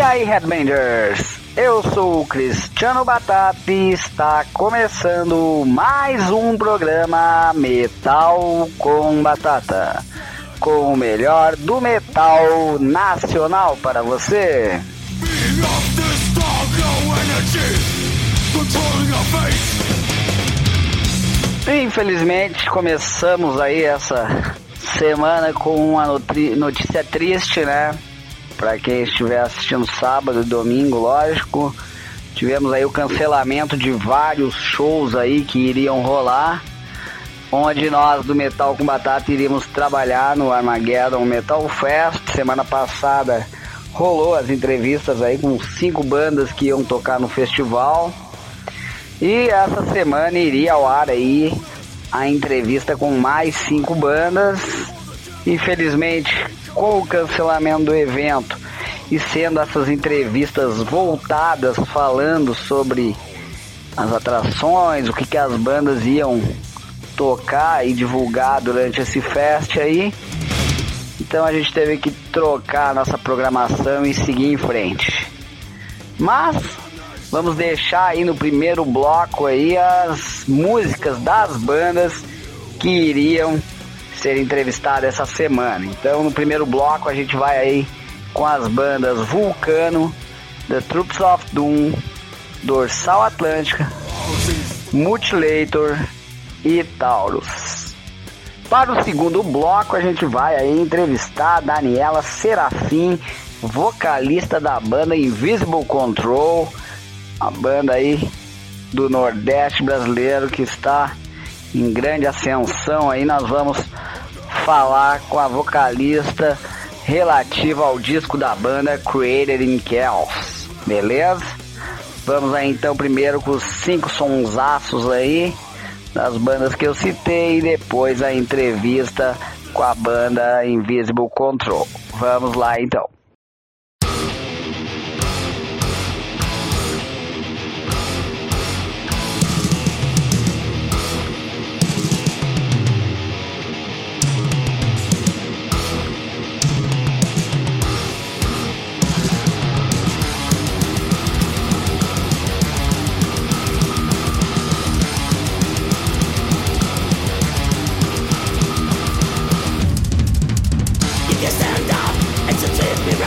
aí, Headbangers? Eu sou o Cristiano Batata e está começando mais um programa Metal com Batata, com o melhor do metal nacional para você. Infelizmente começamos aí essa semana com uma notícia triste, né? Para quem estiver assistindo sábado e domingo, lógico, tivemos aí o cancelamento de vários shows aí que iriam rolar, onde nós do Metal com Batata iríamos trabalhar no Armageddon Metal Fest. Semana passada rolou as entrevistas aí com 5 bandas que iam tocar no festival, e essa semana iria ao ar aí a entrevista com mais 5 bandas. Infelizmente, com o cancelamento do evento e sendo essas entrevistas voltadas falando sobre as atrações, o que as bandas iam tocar e divulgar durante esse fest aí, então a gente teve que trocar a nossa programação e seguir em frente. Mas vamos deixar aí no primeiro bloco aí as músicas das bandas que iriam ser entrevistadas essa semana. Então no primeiro bloco a gente vai aí com as bandas Vulcano, The Troops of Doom, Dorsal Atlântica, Mutilator e Taurus. Para o segundo bloco a gente vai aí entrevistar a Daniela Serafim, vocalista da banda Invisible Control, a banda aí do Nordeste brasileiro que está em grande ascensão aí. Nós vamos falar com a vocalista relativa ao disco da banda Created in Chaos, beleza? Vamos aí então primeiro com os 5 sonsaços aí das bandas que eu citei, e depois a entrevista com a banda Invisible Control. Vamos lá então. Stand up, entertain me.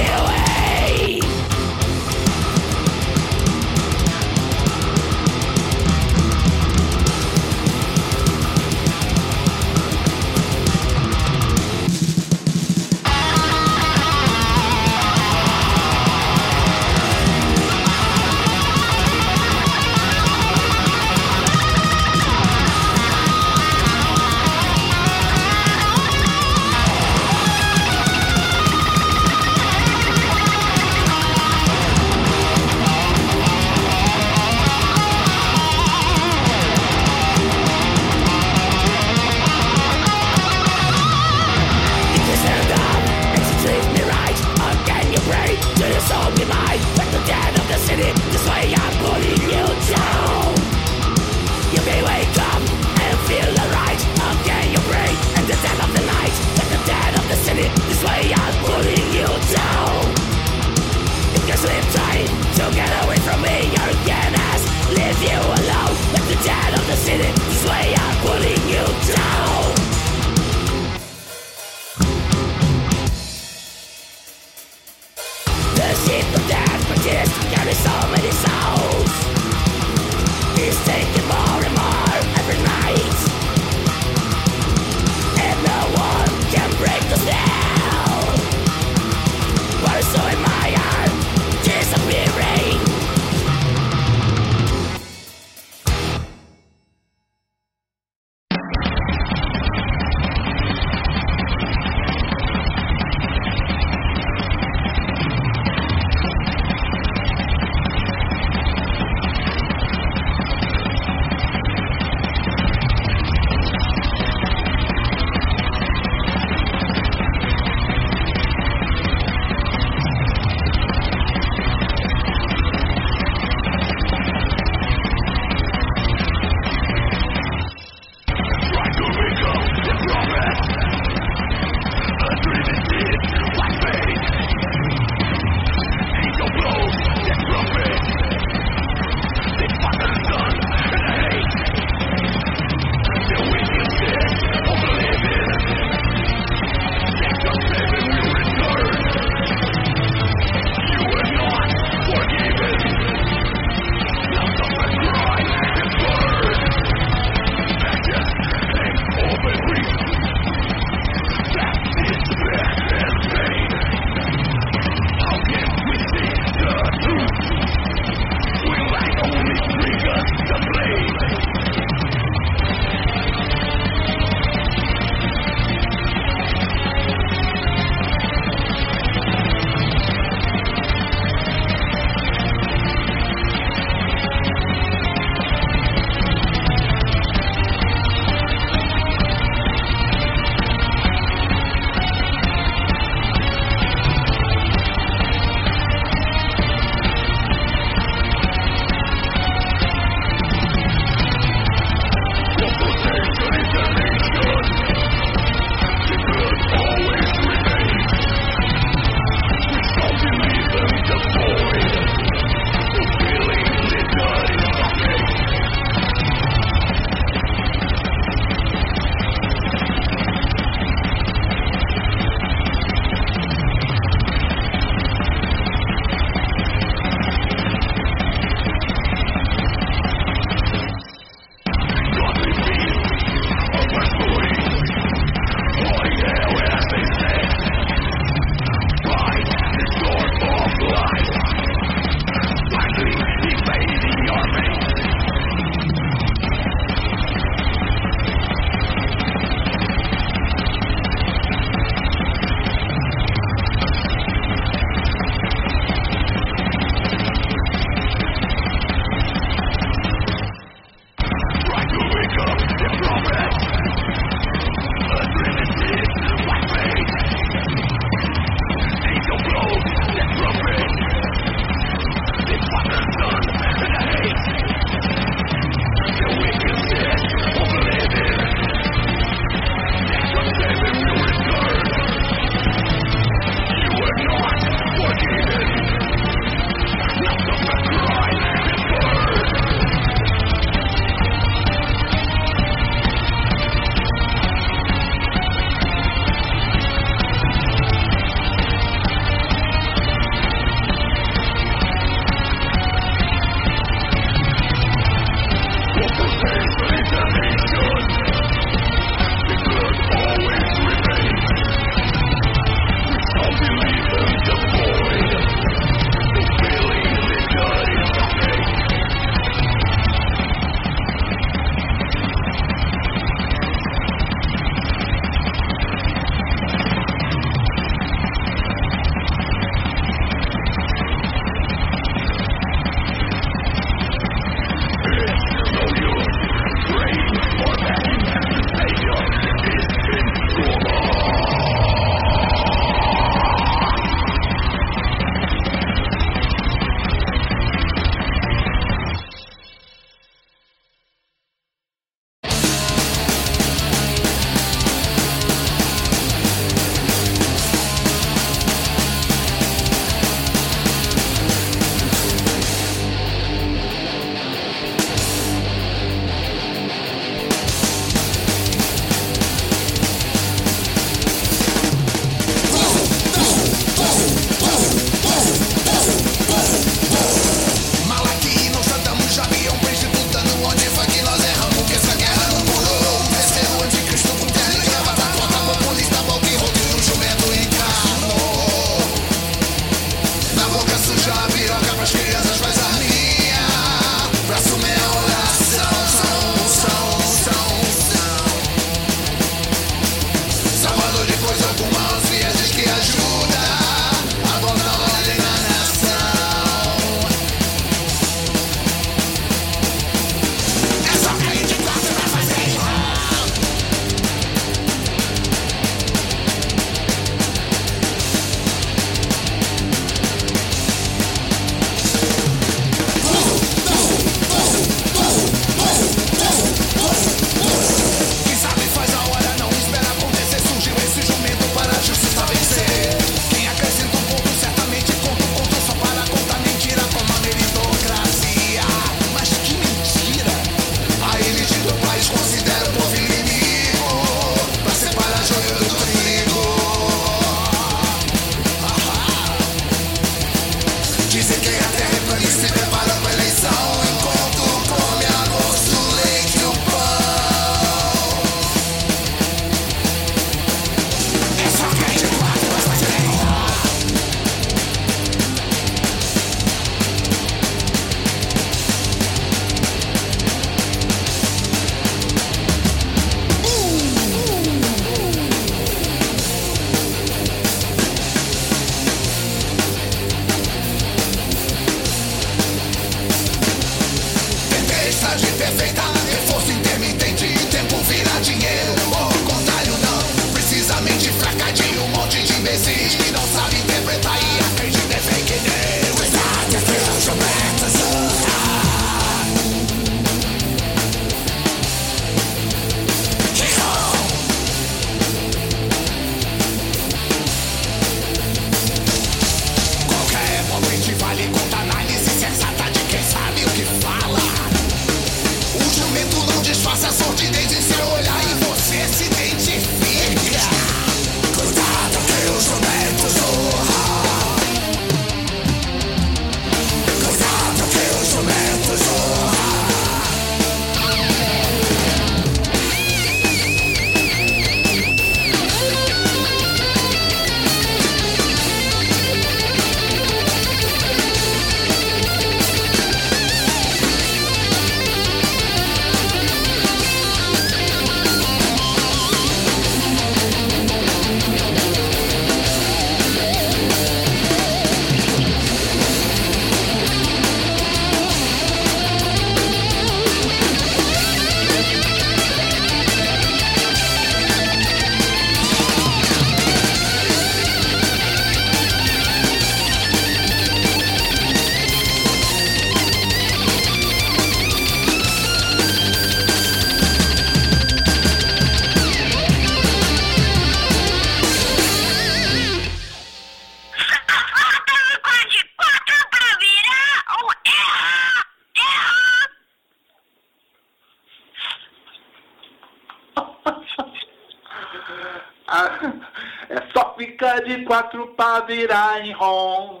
É só ficar de 4 pra virar em rom.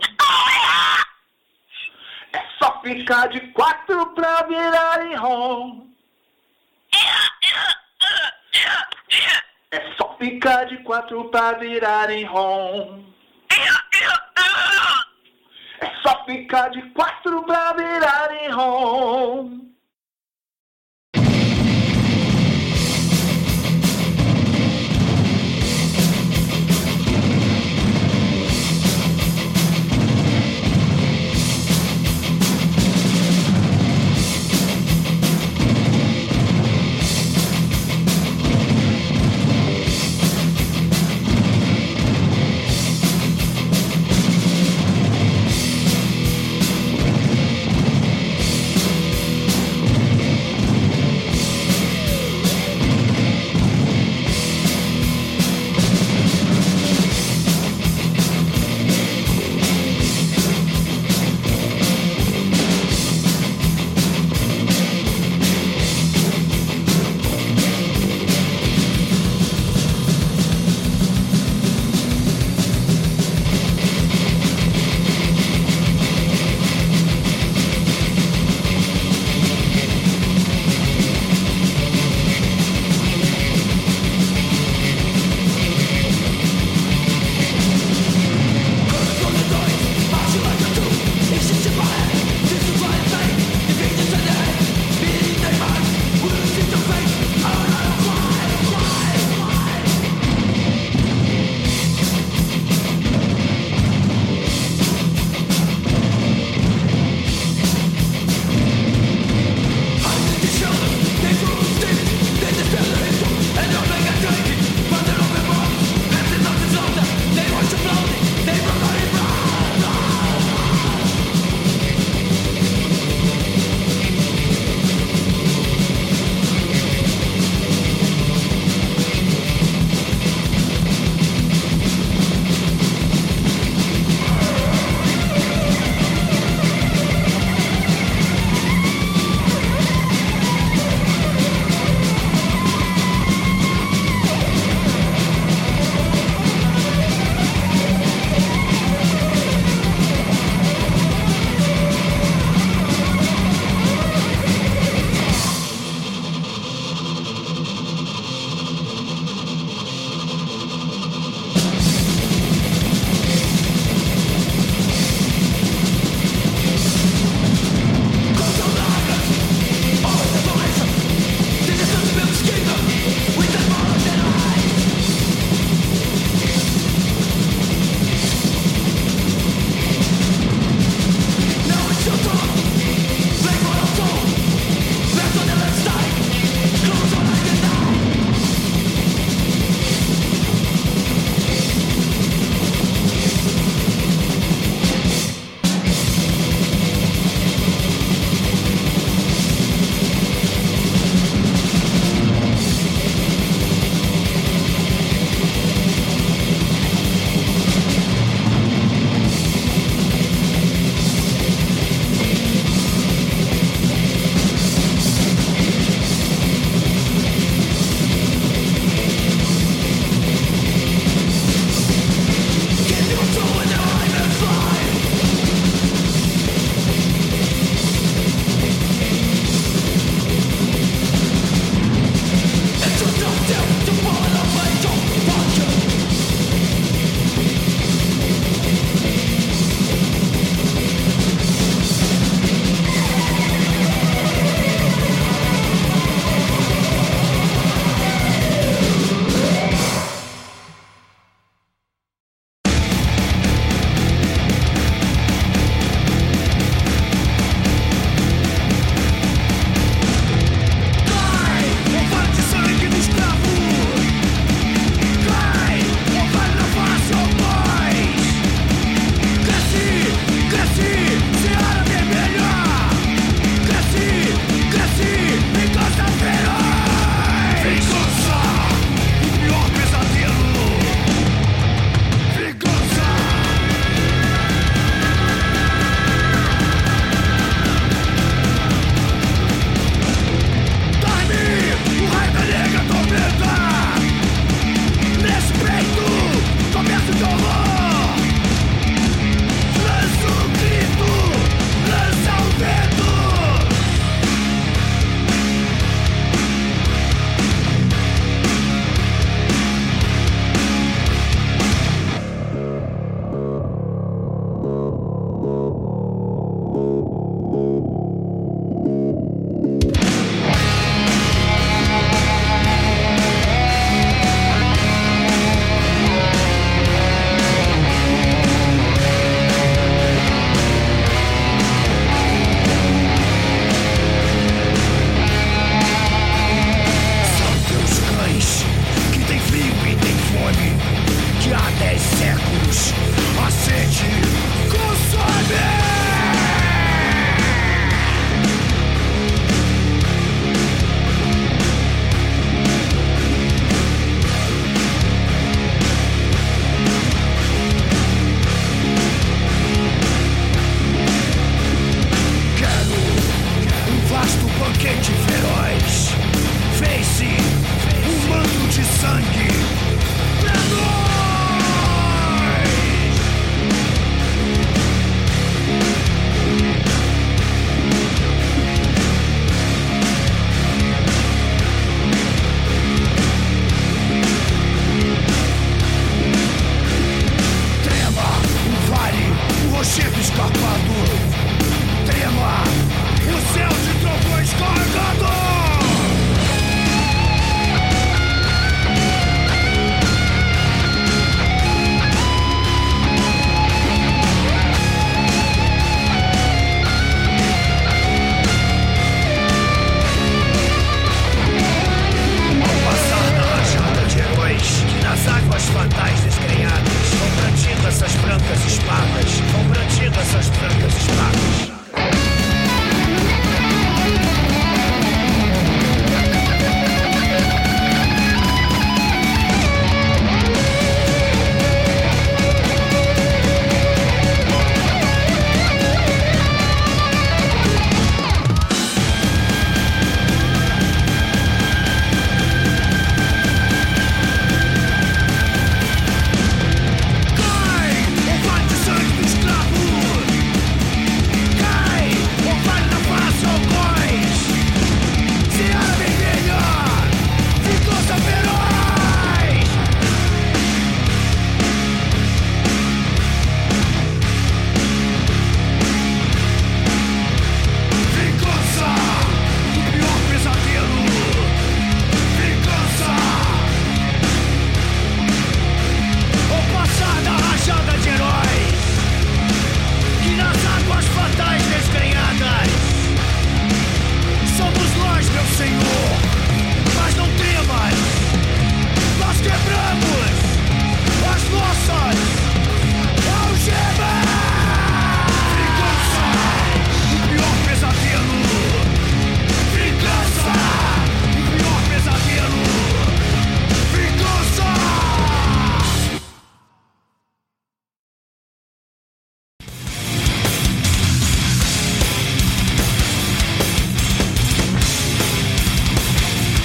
É só ficar de 4 pra virar em rom. É só ficar de 4 pra virar em rom. É só ficar de 4 pra virar em rom.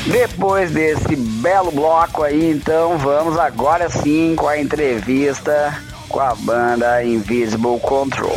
Depois desse belo bloco aí, então vamos agora sim com a entrevista com a banda Invisible Control.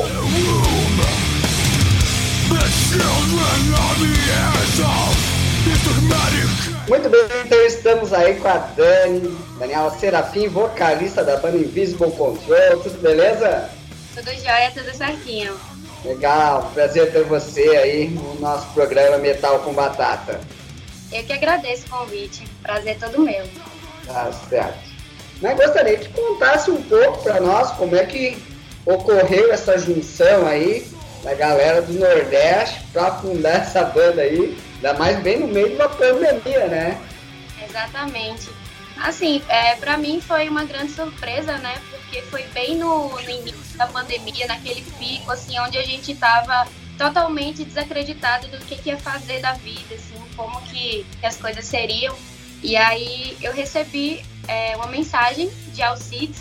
Muito bem, então estamos aí com a Daniela Serafim, vocalista da banda Invisible Control. Tudo beleza? Tudo jóia, tudo certinho. Legal, prazer ter você aí no nosso programa Metal com Batata. Eu que agradeço o convite, prazer todo meu. Tá certo. Mas gostaria que contasse um pouco para nós como é que ocorreu essa junção aí da galera do Nordeste para fundar essa banda aí, ainda mais bem no meio de uma pandemia, né? Exatamente. Assim, para mim foi uma grande surpresa, né? Porque foi bem no início da pandemia, naquele pico, assim, onde a gente estava totalmente desacreditado do que ia fazer da vida, assim, como que as coisas seriam. E aí eu recebi uma mensagem de Alcides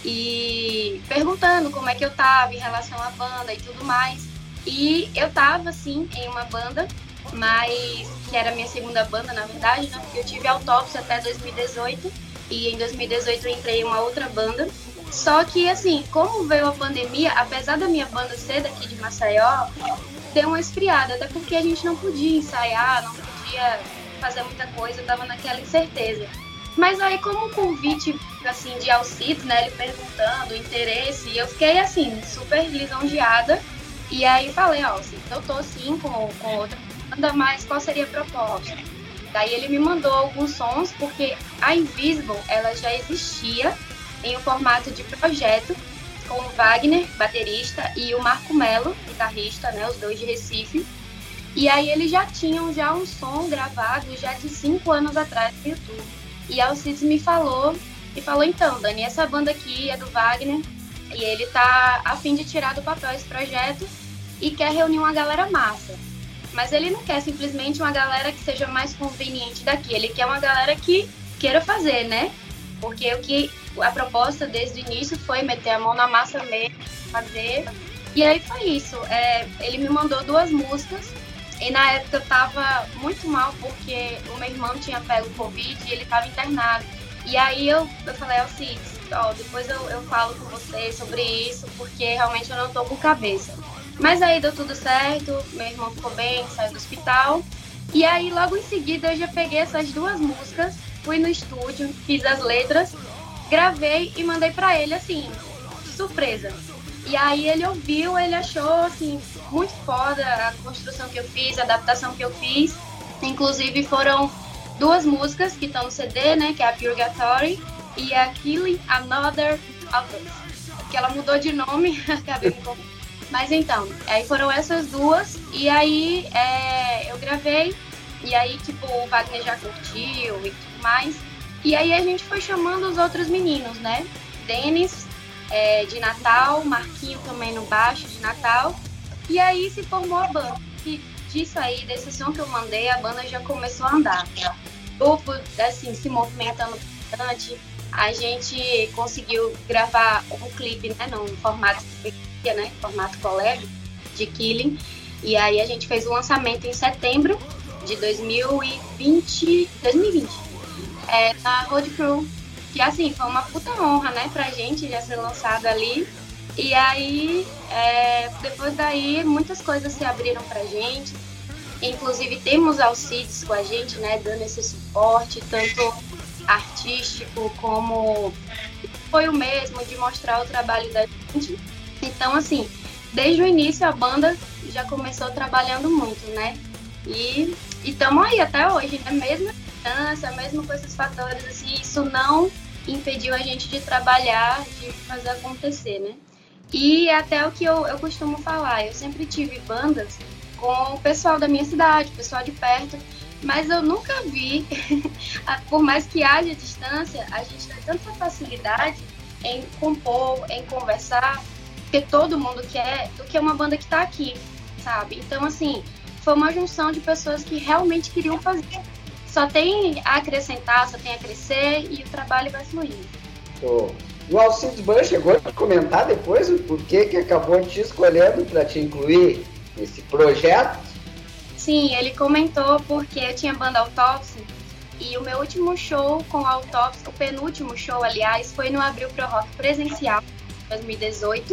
e perguntando como é que eu tava em relação à banda e tudo mais. E eu tava, assim, em uma banda, mas que era a minha segunda banda, na verdade, né? Porque eu tive Autópsia até 2018 e em 2018 eu entrei em uma outra banda. Só que, assim, como veio a pandemia, apesar da minha banda ser daqui de Maceió, deu uma esfriada, até porque a gente não podia ensaiar, não podia fazer muita coisa, eu tava naquela incerteza. Mas aí, como o convite, assim, de Alcides, né, ele perguntando o interesse, eu fiquei, assim, super lisonjeada. E aí falei, Alcides, eu tô, sim, com outra banda, mas qual seria a proposta? Daí ele me mandou alguns sons, porque a Invisible, ela já existia em um formato de projeto, com o Wagner, baterista, e o Marco Melo, guitarrista, né, os dois de Recife. E aí eles já tinham um som gravado já de 5 anos atrás no YouTube. E a Alcides me falou, então, Dani, essa banda aqui é do Wagner, e ele tá a fim de tirar do papel esse projeto e quer reunir uma galera massa. Mas ele não quer simplesmente uma galera que seja mais conveniente daqui, ele quer uma galera que queira fazer, né? Porque a proposta desde o início foi meter a mão na massa mesmo, fazer. E aí foi isso. Ele me mandou 2 músicas. E na época eu tava muito mal porque o meu irmão tinha pego Covid e ele tava internado. E aí eu falei, Alcides, depois eu falo com você sobre isso, porque realmente eu não tô com cabeça. Mas aí deu tudo certo, meu irmão ficou bem, saiu do hospital. E aí logo em seguida eu já peguei essas 2 músicas, fui no estúdio, fiz as letras, gravei e mandei pra ele, assim, de surpresa. E aí ele ouviu, ele achou, assim, muito foda a construção que eu fiz, a adaptação que eu fiz. Inclusive foram 2 músicas que estão no CD, né, que é a Purgatory e a Killing Another of Us, que ela mudou de nome, acabei me confundindo. Mas então, aí foram essas 2, e aí eu gravei, e aí, tipo, o Wagner já curtiu e tudo mais. E aí a gente foi chamando os outros meninos, né? Denis, de Natal, Marquinho também no baixo, de Natal. E aí se formou a banda. E disso aí, desse som que eu mandei, a banda já começou a andar. O grupo, assim, se movimentando bastante. A gente conseguiu gravar um clipe, né, num formato, né, formato collab, de Killing. E aí a gente fez o lançamento em setembro de 2020, na Road Crew, que assim, foi uma puta honra, né, pra gente já ser lançado ali. E aí, depois daí, muitas coisas se abriram pra gente. Inclusive temos Alcides com a gente, né, dando esse suporte, tanto artístico como foi o mesmo de mostrar o trabalho da gente. Então, assim, desde o início a banda já começou trabalhando muito, né? E estamos aí até hoje, né? Mesmo a distância, mesmo com esses fatores, assim, isso não impediu a gente de trabalhar, de fazer acontecer, né? E até o que eu costumo falar, eu sempre tive bandas com o pessoal da minha cidade, o pessoal de perto, mas eu nunca vi, por mais que haja distância, a gente tem tanta facilidade em compor, em conversar, porque todo mundo quer, do que uma banda que está aqui, sabe? Então, assim, foi uma junção de pessoas que realmente queriam fazer. Só tem a acrescentar, só tem a crescer e o trabalho vai fluindo. O Alcides Ban chegou a comentar depois o porquê que acabou te escolhendo para te incluir nesse projeto? Sim, ele comentou porque eu tinha banda Autópsia E o meu último show com a Autópsia, o penúltimo show, aliás, foi no Abril Pro Rock presencial, 2018.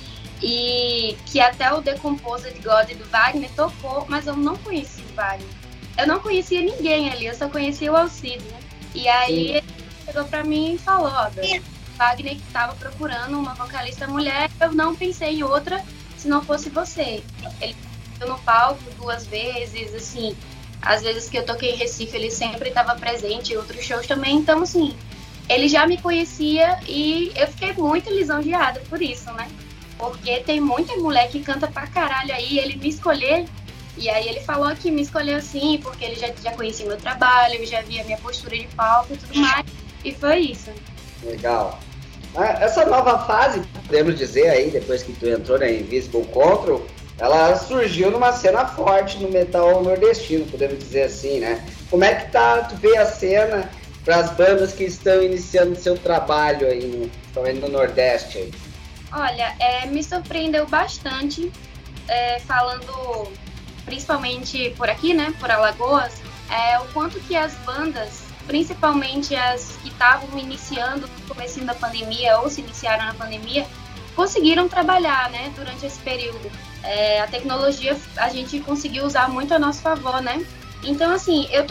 E que até o Decomposed God do Wagner tocou, mas eu não conhecia o Wagner. Eu não conhecia ninguém ali, eu só conhecia o Alcides, né? E aí ele chegou pra mim e falou, ó, Wagner que estava procurando uma vocalista mulher, eu não pensei em outra se não fosse você. Ele no palco 2 vezes, assim, às vezes que eu toquei em Recife, ele sempre estava presente em outros shows também, então, assim, ele já me conhecia e eu fiquei muito lisonjeada por isso, né? Porque tem muita mulher que canta pra caralho aí, ele me escolheu, e aí ele falou que me escolheu assim, porque ele já conhecia meu trabalho, já via minha postura de palco e tudo mais, e foi isso. Legal. Essa nova fase, podemos dizer aí, depois que tu entrou na Invisible Control, ela surgiu numa cena forte no metal nordestino, podemos dizer assim, né? Como é que tu vê a cena para as bandas que estão iniciando seu trabalho aí no Nordeste? Aí? Olha, me surpreendeu bastante, falando principalmente por aqui, né, por Alagoas, o quanto que as bandas, principalmente as que estavam iniciando no comecinho da pandemia ou se iniciaram na pandemia, conseguiram trabalhar, né, durante esse período. A tecnologia a gente conseguiu usar muito a nosso favor, né? Então, assim, eu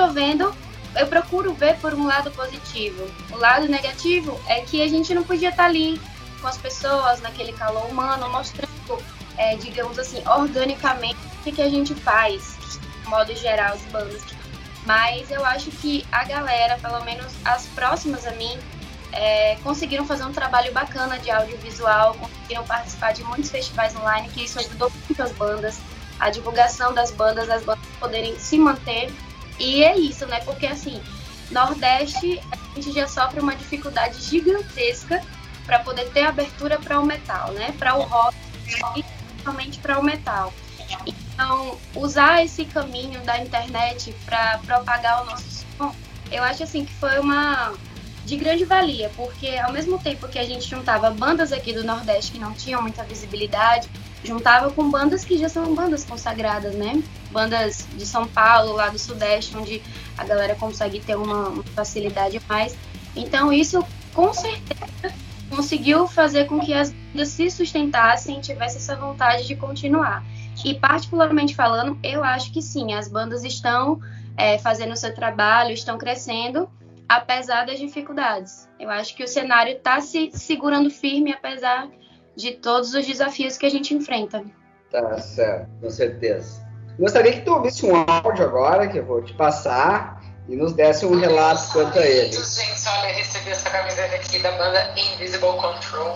procuro ver por um lado positivo. O lado negativo é que a gente não podia estar ali com as pessoas, naquele calor humano, mostrando, digamos assim, organicamente o que a gente faz, de modo geral, as bandas. Mas eu acho que a galera, pelo menos as próximas a mim, conseguiram fazer um trabalho bacana de audiovisual, conseguiram participar de muitos festivais online, que isso ajudou muito as bandas, a divulgação das bandas, as bandas poderem se manter. E é isso, né? Porque, assim, Nordeste, a gente já sofre uma dificuldade gigantesca para poder ter abertura para o metal, né? Para o rock e principalmente para o metal. Então, usar esse caminho da internet para propagar o nosso som, eu acho assim que foi de grande valia, porque ao mesmo tempo que a gente juntava bandas aqui do Nordeste que não tinham muita visibilidade, juntava com bandas que já são bandas consagradas, né? Bandas de São Paulo, lá do Sudeste, onde a galera consegue ter uma facilidade a mais. Então isso, com certeza, conseguiu fazer com que as bandas se sustentassem e tivessem essa vontade de continuar. E particularmente falando, eu acho que sim, as bandas estão fazendo o seu trabalho, estão crescendo, apesar das dificuldades. Eu acho que o cenário está se segurando firme, apesar de todos os desafios que a gente enfrenta. Tá certo, com certeza. Gostaria que tu ouvisse um áudio agora, que eu vou te passar, e nos desse um relato quanto a ele. Gente, olha, recebi essa camiseta aqui da banda Invisible Control,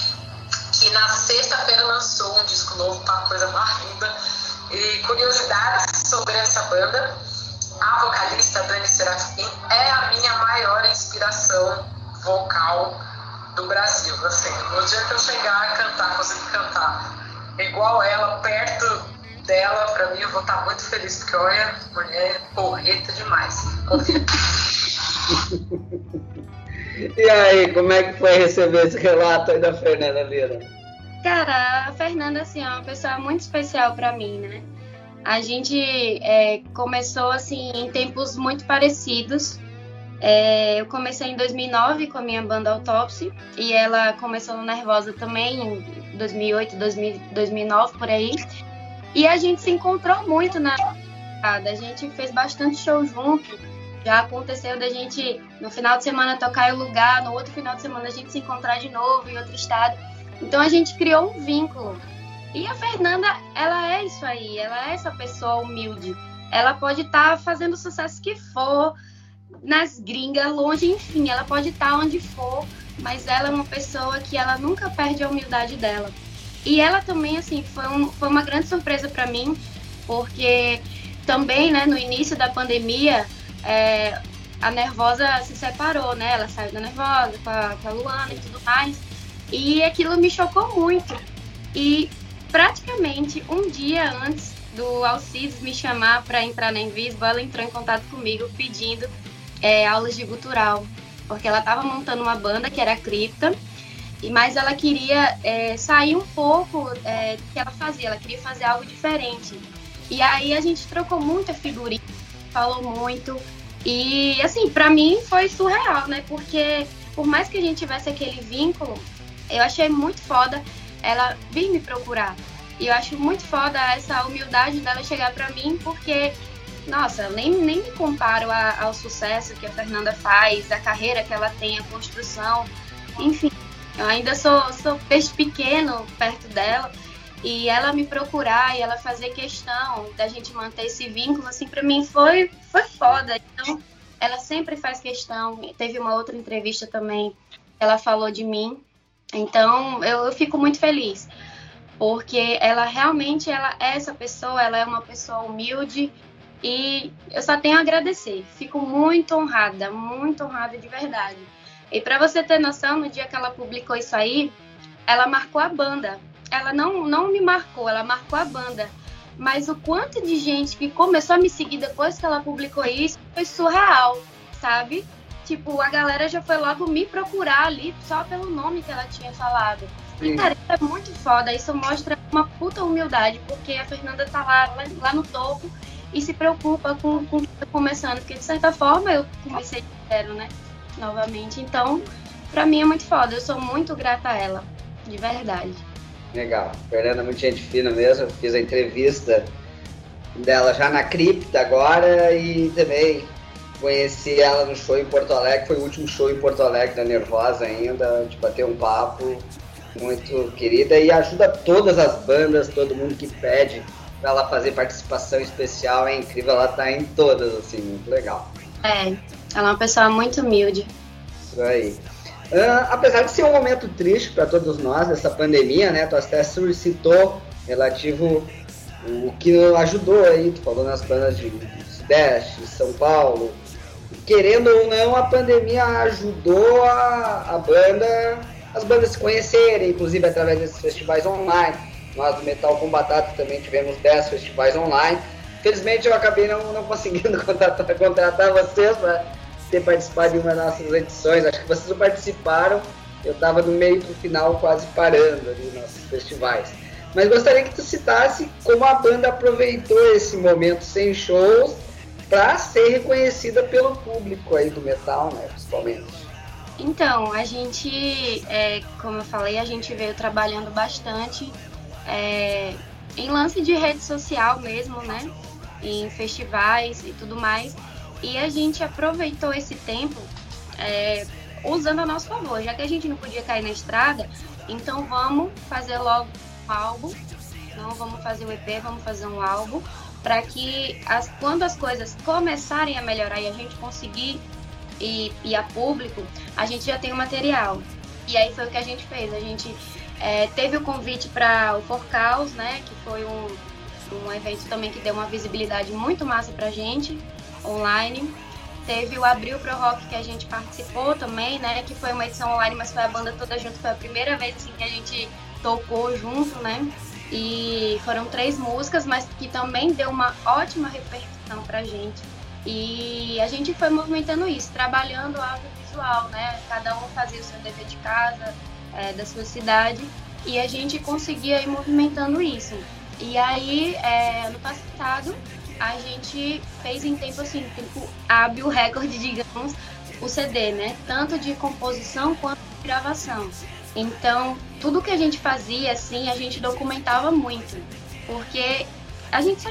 que na sexta-feira lançou um disco novo, tá uma coisa mais linda. E curiosidades sobre essa banda: a vocalista Dani Serafim é a minha maior inspiração vocal do Brasil. Assim, no dia que eu chegar a cantar, conseguir cantar igual ela, perto dela, pra mim eu vou estar muito feliz, porque olha, mulher porreta demais. E aí, como é que foi receber esse relato aí da Fernanda Lira? Cara, a Fernanda, assim, é uma pessoa muito especial pra mim, né? A gente começou, assim, em tempos muito parecidos. Eu comecei em 2009 com a minha banda Autópsia, e ela começou no Nervosa também, em 2008, 2009, por aí. E a gente se encontrou muito na estrada, a gente fez bastante show junto. Já aconteceu da gente, no final de semana, tocar em um lugar, no outro final de semana a gente se encontrar de novo em outro estado. Então a gente criou um vínculo. E a Fernanda, ela é isso aí, ela é essa pessoa humilde. Ela pode estar fazendo o sucesso que for, nas gringas, longe, enfim, ela pode estar onde for, mas ela é uma pessoa que ela nunca perde a humildade dela. E ela também, assim, foi uma grande surpresa para mim, porque também, né, no início da pandemia, a Nervosa se separou, né? Ela saiu da Nervosa com a Luana e tudo mais. E aquilo me chocou muito. E praticamente um dia antes do Alcides me chamar para entrar na Invisible, ela entrou em contato comigo pedindo aulas de gutural, porque ela estava montando uma banda que era a Cripta, mas ela queria sair um pouco do que ela fazia, ela queria fazer algo diferente. E aí a gente trocou muita figurinha, falou muito, E, assim, pra mim foi surreal, né? Porque por mais que a gente tivesse aquele vínculo, eu achei muito foda ela vir me procurar. E eu acho muito foda essa humildade dela chegar pra mim, porque, nossa, eu nem me comparo ao sucesso que a Fernanda faz, a carreira que ela tem, a construção, enfim. Eu ainda sou peixe pequeno perto dela. E ela me procurar e ela fazer questão da gente manter esse vínculo, assim, pra mim foi foda. Então, ela sempre faz questão. Teve uma outra entrevista também, ela falou de mim. Então, eu fico muito feliz. Porque ela realmente, ela é essa pessoa, ela é uma pessoa humilde. E eu só tenho a agradecer. Fico muito honrada de verdade. E pra você ter noção, no dia que ela publicou isso aí, ela marcou a banda. Ela não me marcou, ela marcou a banda. Mas o quanto de gente que começou a me seguir depois que ela publicou isso foi surreal, sabe? Tipo, a galera já foi logo me procurar ali só pelo nome que ela tinha falado. E, cara, isso é muito foda. Isso mostra uma puta humildade, porque a Fernanda tá lá no topo e se preocupa com o que tá começando. Porque, de certa forma, eu comecei de zero, né? Novamente. Então, pra mim é muito foda. Eu sou muito grata a ela, de verdade. Legal. Fernanda é muito gente fina mesmo. Eu fiz a entrevista dela já na Cripta agora e também conheci ela no show em Porto Alegre. Foi o último show em Porto Alegre da Nervosa ainda. A gente bateu um papo, muito querida, e ajuda todas as bandas, todo mundo que pede pra ela fazer participação especial. É incrível, ela tá em todas, assim, muito legal. Ela é uma pessoa muito humilde. Isso aí. Apesar de ser um momento triste para todos nós, essa pandemia, né? Tu até citou relativo o que ajudou aí, tu falou nas bandas de Sudeste, de São Paulo. Querendo ou não, a pandemia ajudou as bandas se conhecerem, inclusive através desses festivais online. Nós do Metal com Batata também tivemos 10 festivais online. Felizmente eu acabei não conseguindo contratar vocês para ter participado de uma das nossas edições. Acho que vocês não participaram, eu estava do meio pro final quase parando ali nos nossos festivais. Mas gostaria que tu citasse como a banda aproveitou esse momento sem shows para ser reconhecida pelo público aí do metal, né, principalmente. Então, a gente, como eu falei, a gente veio trabalhando bastante em lance de rede social mesmo, né, em festivais e tudo mais. E a gente aproveitou esse tempo usando a nosso favor. Já que a gente não podia cair na estrada, então vamos fazer logo um álbum. Não vamos fazer o EP, vamos fazer um álbum. Para que quando as coisas começarem a melhorar e a gente conseguir ir a público, a gente já tem o material. E aí foi o que a gente fez. A gente teve o convite para o For Caos, né? Que foi um evento também que deu uma visibilidade muito massa pra gente, online. Teve o Abril Pro Rock, que a gente participou também, né? Que foi uma edição online, mas foi a banda toda junto. Foi a primeira vez assim, que a gente tocou junto, né? E foram 3 músicas, mas que também deu uma ótima repercussão pra gente. E a gente foi movimentando isso, trabalhando o audiovisual, né? Cada um fazia o seu dever de casa, da sua cidade, e a gente conseguia ir movimentando isso. E aí, ano passado, a gente fez em tempo assim, abre o recorde, digamos, o CD, né? Tanto de composição quanto de gravação. Então, tudo que a gente fazia, assim, a gente documentava muito, porque a gente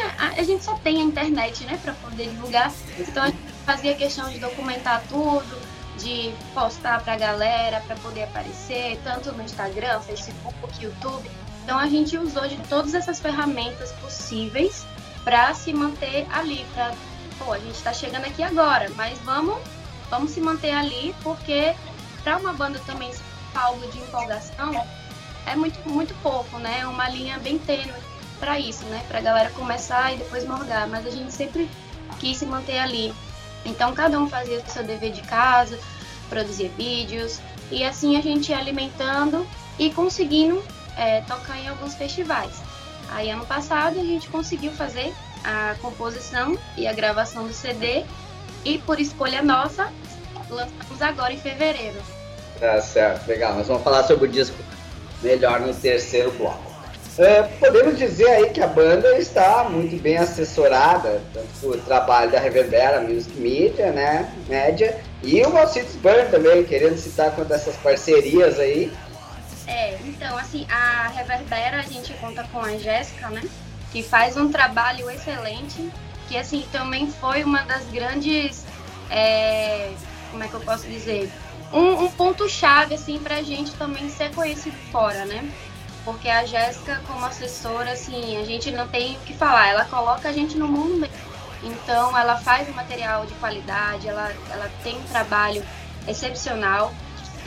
só tem a internet, né, para poder divulgar. Então, a gente fazia questão de documentar tudo, de postar pra galera, para poder aparecer, tanto no Instagram, Facebook, YouTube. Então, a gente usou de todas essas ferramentas possíveis para se manter ali, a gente tá chegando aqui agora, mas vamos se manter ali, porque para uma banda também algo de empolgação é muito, muito pouco, né? É uma linha bem tênue para isso, né? Pra galera começar e depois morgar, mas a gente sempre quis se manter ali. Então cada um fazia o seu dever de casa, produzia vídeos, e assim a gente ia alimentando e conseguindo tocar em alguns festivais. Aí ano passado a gente conseguiu fazer a composição e a gravação do CD, e por escolha nossa, lançamos agora em fevereiro. Tá certo, legal. Nós vamos falar sobre o disco melhor no terceiro bloco. Podemos dizer aí que a banda está muito bem assessorada, tanto por trabalho da Reverbera Music Media, né, média, e o Alcides Burn também, querendo citar quanto a essas parcerias aí. Então, assim, a Reverbera, a gente conta com a Jéssica, né, que faz um trabalho excelente, que, assim, também foi uma das grandes, como é que eu posso dizer, um ponto-chave, assim, pra gente também ser conhecido fora, né? Porque a Jéssica, como assessora, assim, a gente não tem o que falar, ela coloca a gente no mundo mesmo. Então, ela faz um material de qualidade, ela tem um trabalho excepcional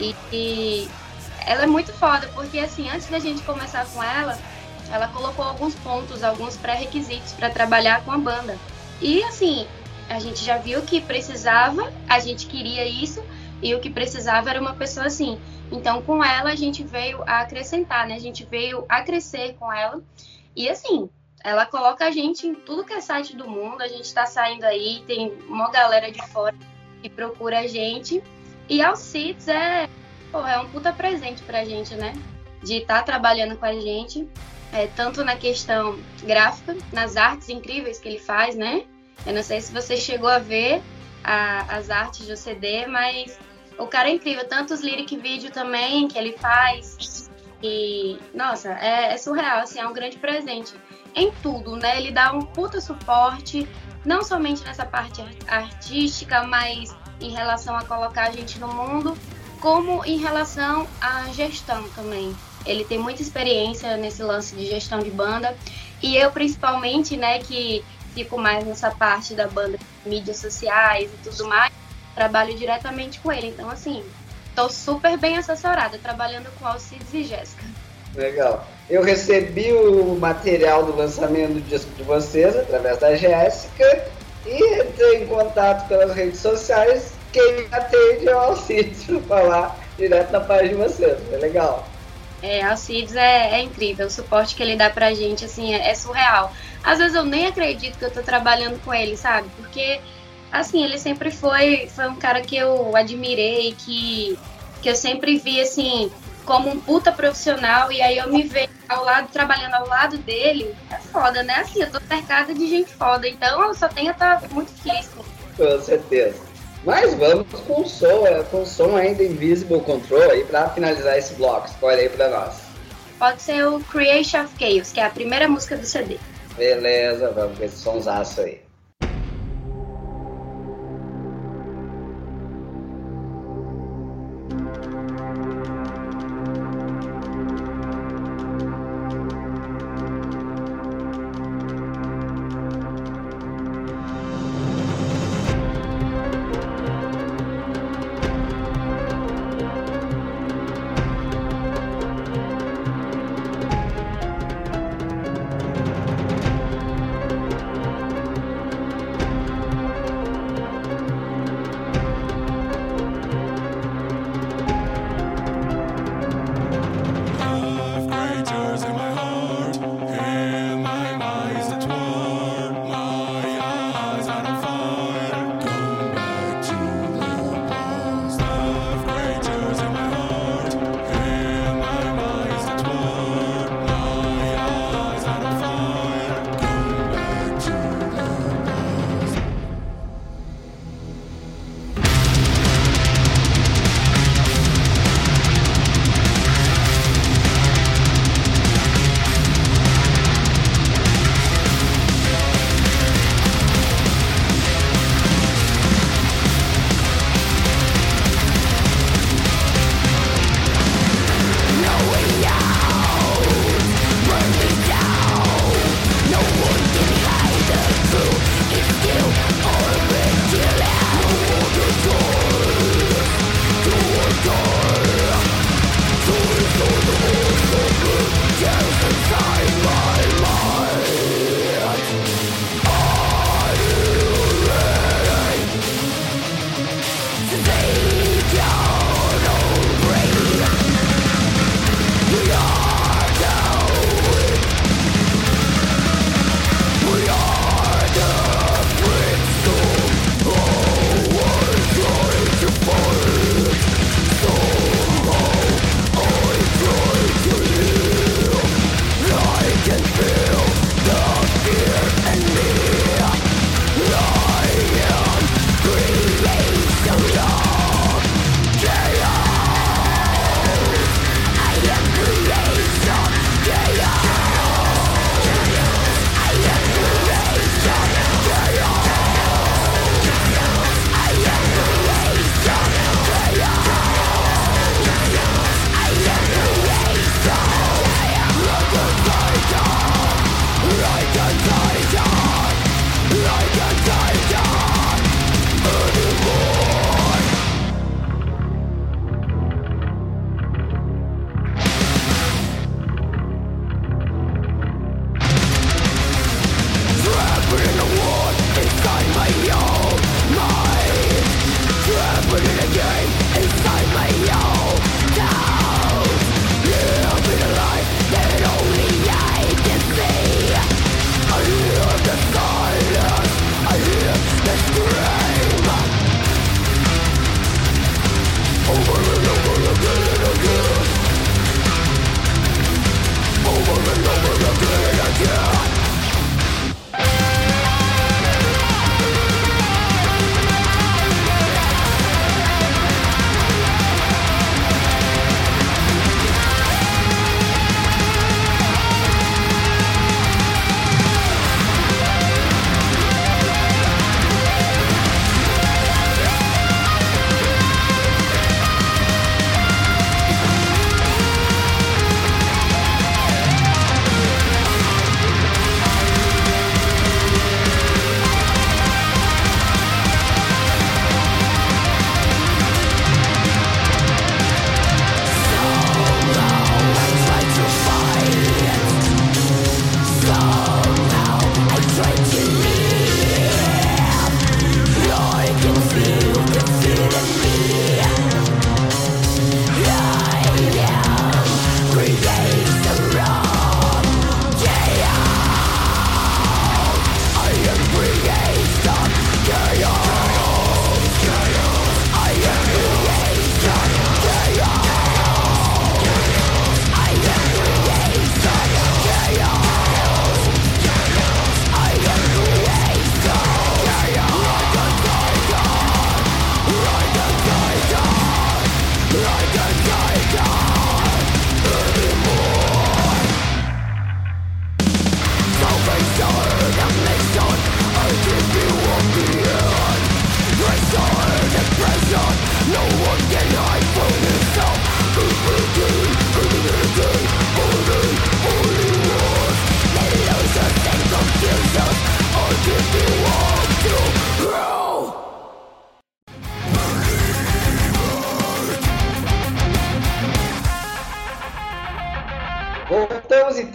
e ela é muito foda, porque, assim, antes da gente começar com ela colocou alguns pontos, alguns pré-requisitos para trabalhar com a banda. E, assim, a gente já viu que precisava, a gente queria isso, e o que precisava era uma pessoa assim. Então, com ela, a gente veio a acrescentar, né? A gente veio a crescer com ela. E, assim, ela coloca a gente em tudo que é site do mundo. A gente tá saindo aí, tem uma galera de fora que procura a gente. E Alcides é um puta presente pra gente, né? De estar trabalhando com a gente. Tanto na questão gráfica, nas artes incríveis que ele faz, né? Eu não sei se você chegou a ver as artes do CD, mas o cara é incrível. Tanto os lyric video também que ele faz. E, nossa, é surreal, assim, é um grande presente em tudo, né? Ele dá um puta suporte, não somente nessa parte artística, mas em relação a colocar a gente no mundo, como em relação à gestão também. Ele tem muita experiência nesse lance de gestão de banda. E eu, principalmente, né, que fico mais nessa parte da banda, mídias sociais e tudo mais, trabalho diretamente com ele. Então, assim, tô super bem assessorada, trabalhando com Alcides e Jéssica. Legal. Eu recebi o material do lançamento do disco de vocês através da Jéssica e entrei em contato pelas redes sociais. Quem atende é o Alcides para falar direto na página de vocês. É legal. Alcides é incrível. O suporte que ele dá pra gente, assim, é surreal. Às vezes eu nem acredito que eu tô trabalhando com ele, sabe? Porque, assim, ele sempre foi um cara que eu admirei, que eu sempre vi, assim, como um puta profissional. E aí eu me vejo trabalhando ao lado dele. É foda, né? Assim, eu tô cercada de gente foda. Então eu só tenho a estar muito feliz. Com certeza. Mas vamos com o som ainda Invisible Control aí pra finalizar esse bloco. Escolhe aí pra nós. Pode ser o Creation of Chaos, que é a primeira música do CD. Beleza, vamos ver esse sonsaço aí.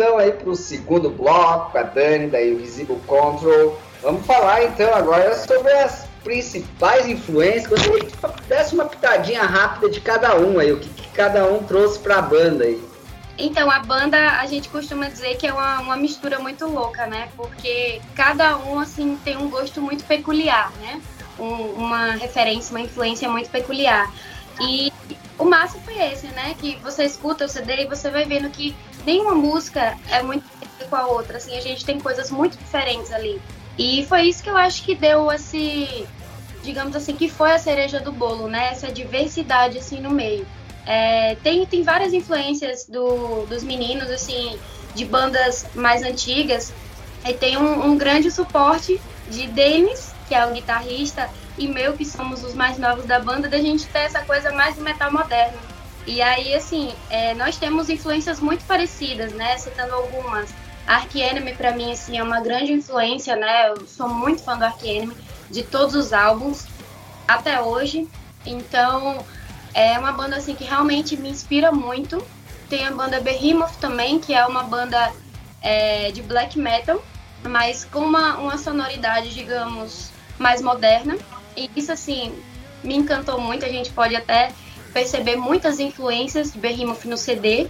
então aí pro segundo bloco, a Dani da Invisible Control. Vamos falar então agora sobre as principais influências. Gostaria que desse uma pitadinha rápida de cada um aí, o que cada um trouxe pra banda aí. Então, a banda, a gente costuma dizer que é uma mistura muito louca, né? Porque cada um, assim, tem um gosto muito peculiar, né? Uma referência, uma influência muito peculiar. E o massa foi esse, né? Que você escuta o CD e você vai vendo que nenhuma música é muito parecida com a outra. Assim, a gente tem coisas muito diferentes ali. E foi isso que eu acho que deu esse, digamos assim, que foi a cereja do bolo, né? Essa diversidade, assim, no meio. Tem várias influências dos meninos, assim, de bandas mais antigas. E tem um grande suporte de Denis, que é o guitarrista, e meu, que somos os mais novos da banda, da gente ter essa coisa mais do metal moderno. E aí, assim, nós temos influências muito parecidas, né? Citando algumas. Arch Enemy, pra mim, assim, é uma grande influência, né? Eu sou muito fã do Arch Enemy, de todos os álbuns, até hoje. Então, é uma banda, assim, que realmente me inspira muito. Tem a banda Behemoth também, que é uma banda de black metal, mas com uma sonoridade, digamos, mais moderna. E isso, assim, me encantou muito. A gente pode até perceber muitas influências de Behemoth no CD.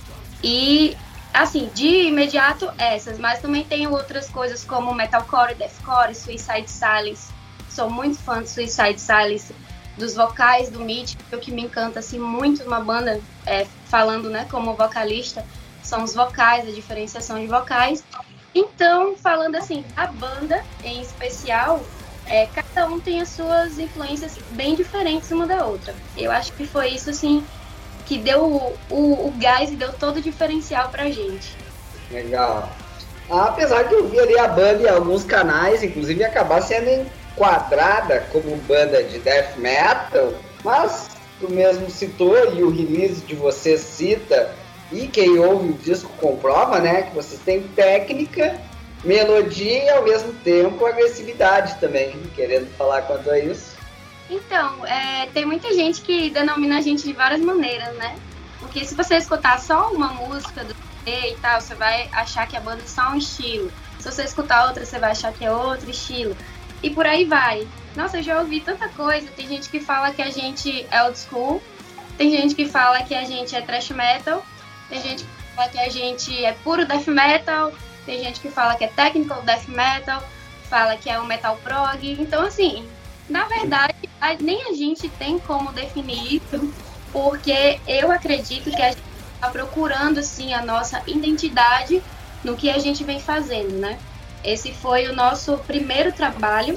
E, assim, de imediato essas, mas também tem outras coisas como metalcore, deathcore, Suicide Silence. Sou muito fã de Suicide Silence, dos vocais do Mitch, o que me encanta assim muito numa banda, falando, né, como vocalista, são os vocais, a diferenciação de vocais. Então, falando assim, a banda em especial, cada um tem as suas influências bem diferentes uma da outra. Eu acho que foi isso, assim, que deu o gás e deu todo o diferencial pra gente. Legal. Apesar de eu vi ali a banda em alguns canais, inclusive acabar sendo enquadrada como banda de death metal, mas tu mesmo citou e o release de você cita, e quem ouve o disco comprova, né, que vocês têm técnica, melodia e ao mesmo tempo agressividade também. Querendo falar quanto a isso? Então, tem muita gente que denomina a gente de várias maneiras, né? Porque se você escutar só uma música do CD e tal, você vai achar que a banda é só um estilo. Se você escutar outra, você vai achar que é outro estilo. E por aí vai. Nossa, eu já ouvi tanta coisa. Tem gente que fala que a gente é old school. Tem gente que fala que a gente é thrash metal. Tem gente que fala que a gente é puro death metal. Tem gente que fala que é technical death metal. Fala que é um metal prog. Então, assim, na verdade, nem a gente tem como definir isso. Porque eu acredito que a gente está procurando, assim, a nossa identidade no que a gente vem fazendo, né? Esse foi o nosso primeiro trabalho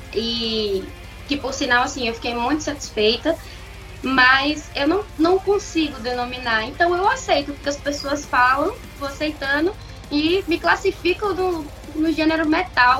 e que, por sinal, assim, eu fiquei muito satisfeita, mas eu não consigo denominar. Então eu aceito o que as pessoas falam, vou aceitando e me classifico no gênero metal.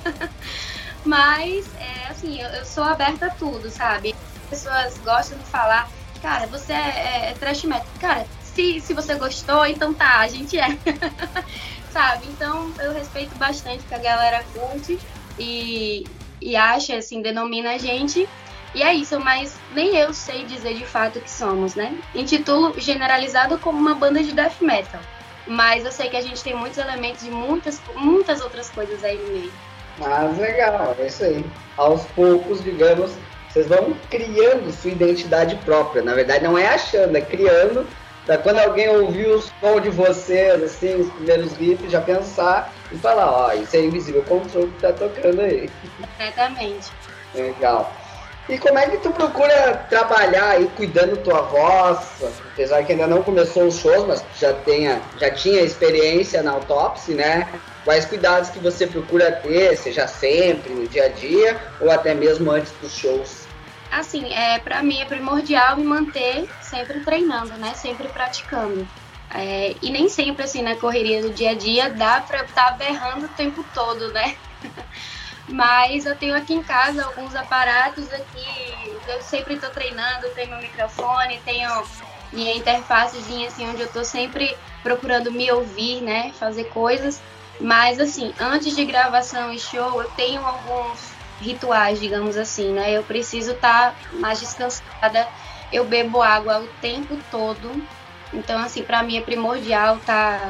Mas, assim, eu sou aberta a tudo, sabe? As pessoas gostam de falar, cara, você é thrash metal. Cara, se você gostou, então tá, a gente é. Sabe? Então eu respeito bastante que a galera curte e acha, assim, denomina a gente. E é isso, mas nem eu sei dizer de fato o que somos, né? Intitulo generalizado como uma banda de death metal. Mas eu sei que a gente tem muitos elementos de muitas outras coisas aí no meio. Mas legal, é isso aí. Aos poucos, digamos, vocês vão criando sua identidade própria. Na verdade, não é achando, é criando. Pra quando alguém ouvir o som de vocês, assim, os primeiros riffs, já pensar e falar, ó, isso é Invisible Control que tá tocando aí. Exatamente. Legal. E como é que tu procura trabalhar aí, cuidando tua voz, apesar que ainda não começou os shows, mas já tinha experiência na autópsia, né? Quais cuidados que você procura ter, seja sempre, no dia a dia, ou até mesmo antes dos shows? Assim, pra mim é primordial me manter sempre treinando, né? Sempre praticando. E nem sempre, assim, na correria do dia a dia, dá pra estar berrando o tempo todo, né? Mas eu tenho aqui em casa alguns aparatos aqui, eu sempre tô treinando, tenho meu microfone, tenho minha interfacezinha, assim, onde eu tô sempre procurando me ouvir, né? Fazer coisas. Mas, assim, antes de gravação e show, eu tenho alguns rituais, digamos assim, né? Eu preciso estar mais descansada, eu bebo água o tempo todo, então, assim, pra mim é primordial estar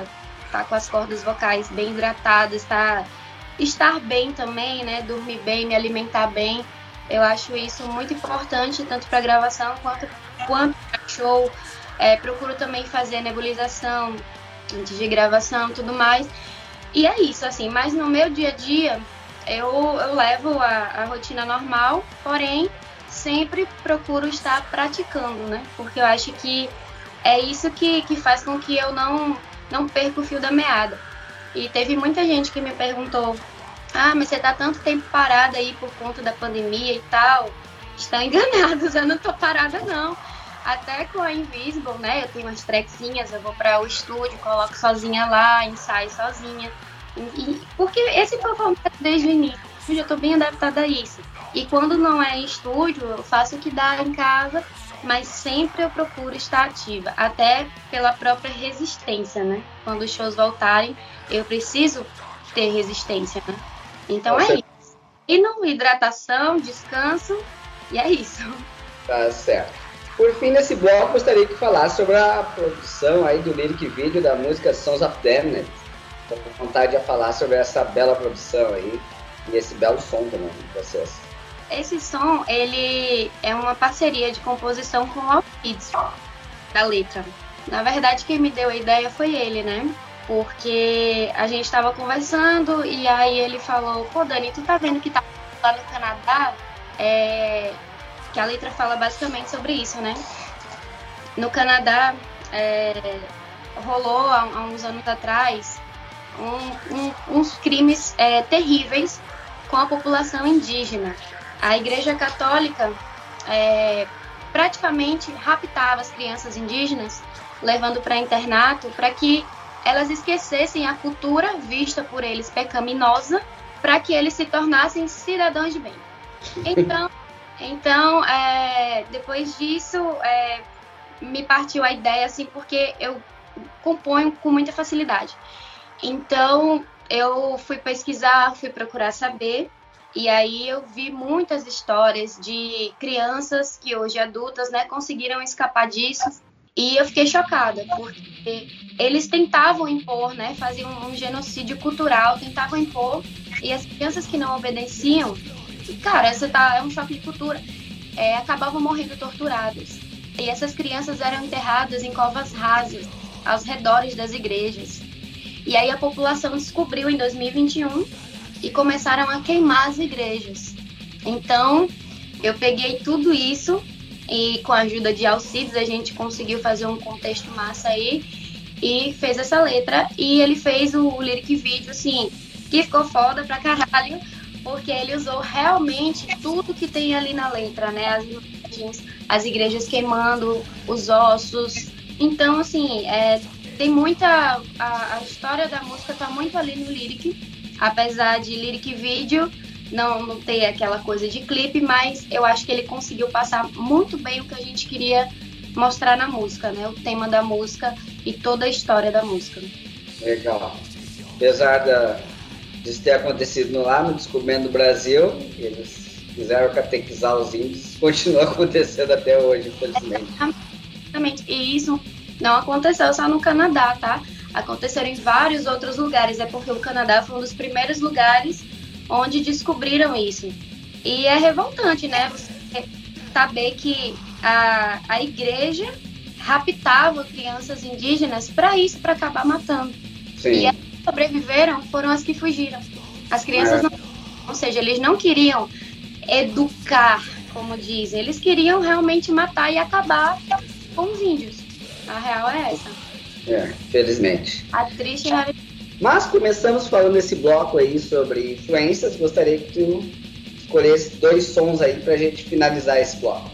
tá com as cordas vocais bem hidratadas, estar bem também, né? Dormir bem, me alimentar bem. Eu acho isso muito importante, tanto para gravação quanto para show. Procuro também fazer nebulização antes de gravação, tudo mais. E é isso, assim. Mas no meu dia a dia, eu levo a rotina normal, porém, sempre procuro estar praticando, né? Porque eu acho que é isso que faz com que eu não perca o fio da meada. E teve muita gente que me perguntou: mas você tá tanto tempo parada aí por conta da pandemia e tal. Estão enganados, eu não tô parada não. Até com a Invisible, né, eu tenho umas trackzinhas, eu vou para o estúdio, coloco sozinha lá, ensaio sozinha. Porque esse foi o formato desde o início, eu tô bem adaptada a isso. E quando não é em estúdio, eu faço o que dá em casa, mas sempre eu procuro estar ativa, até pela própria resistência, né? Quando os shows voltarem, eu preciso ter resistência, né? Então é isso. E no hidratação, descanso, e é isso. Tá certo. Por fim, nesse bloco, gostaria que falasse sobre a produção aí do lyric video da música Sons of Damned. Estou com vontade de falar sobre essa bela produção aí e esse belo som também de vocês. Esse som, ele é uma parceria de composição com o Alcides, da letra. Na verdade, quem me deu a ideia foi ele, né? Porque a gente estava conversando e aí ele falou: pô, Dani, tu tá vendo que tá lá no Canadá? Que a letra fala basicamente sobre isso, né? No Canadá, rolou há uns anos atrás uns crimes terríveis com a população indígena. A Igreja Católica praticamente raptava as crianças indígenas, levando para internato, para que elas esquecessem a cultura vista por eles pecaminosa, para que eles se tornassem cidadãos de bem. Então, depois disso, me partiu a ideia, assim, porque eu componho com muita facilidade. Então, eu fui pesquisar, fui procurar saber, e aí eu vi muitas histórias de crianças que hoje adultas, né, conseguiram escapar disso, e eu fiquei chocada, porque eles tentavam impor, né, faziam um genocídio cultural, tentavam impor, e as crianças que não obedeciam, cara, é um choque de cultura, acabavam morrendo torturadas. E essas crianças eram enterradas em covas rasas, aos redores das igrejas. E aí a população descobriu em 2021 e começaram a queimar as igrejas. Então, eu peguei tudo isso e com a ajuda de Alcides a gente conseguiu fazer um contexto massa aí e fez essa letra. E ele fez o lyric video, assim, que ficou foda pra caralho, porque ele usou realmente tudo que tem ali na letra, né? As imagens, as igrejas queimando, os ossos. Então, assim, tem muita... A história da música tá muito ali no lyric, apesar de lyric video não ter aquela coisa de clipe, mas eu acho que ele conseguiu passar muito bem o que a gente queria mostrar na música, né? O tema da música e toda a história da música. Legal. Apesar disso ter acontecido lá no Descobrindo do Brasil, eles quiseram catequizar os índios, continua acontecendo até hoje, infelizmente. Exatamente. E isso não aconteceu só no Canadá, tá? Aconteceram em vários outros lugares. É porque o Canadá foi um dos primeiros lugares onde descobriram isso. E é revoltante, né? Você saber que a igreja raptava crianças indígenas para isso, para acabar matando. Sim. E as que sobreviveram foram as que fugiram. As crianças não... Ou seja, eles não queriam educar, como dizem. Eles queriam realmente matar e acabar com os índios. A real é essa. Felizmente. A triste realidade. Mas começamos falando nesse bloco aí sobre influências. Gostaria que tu escolhesse 2 sons aí pra gente finalizar esse bloco.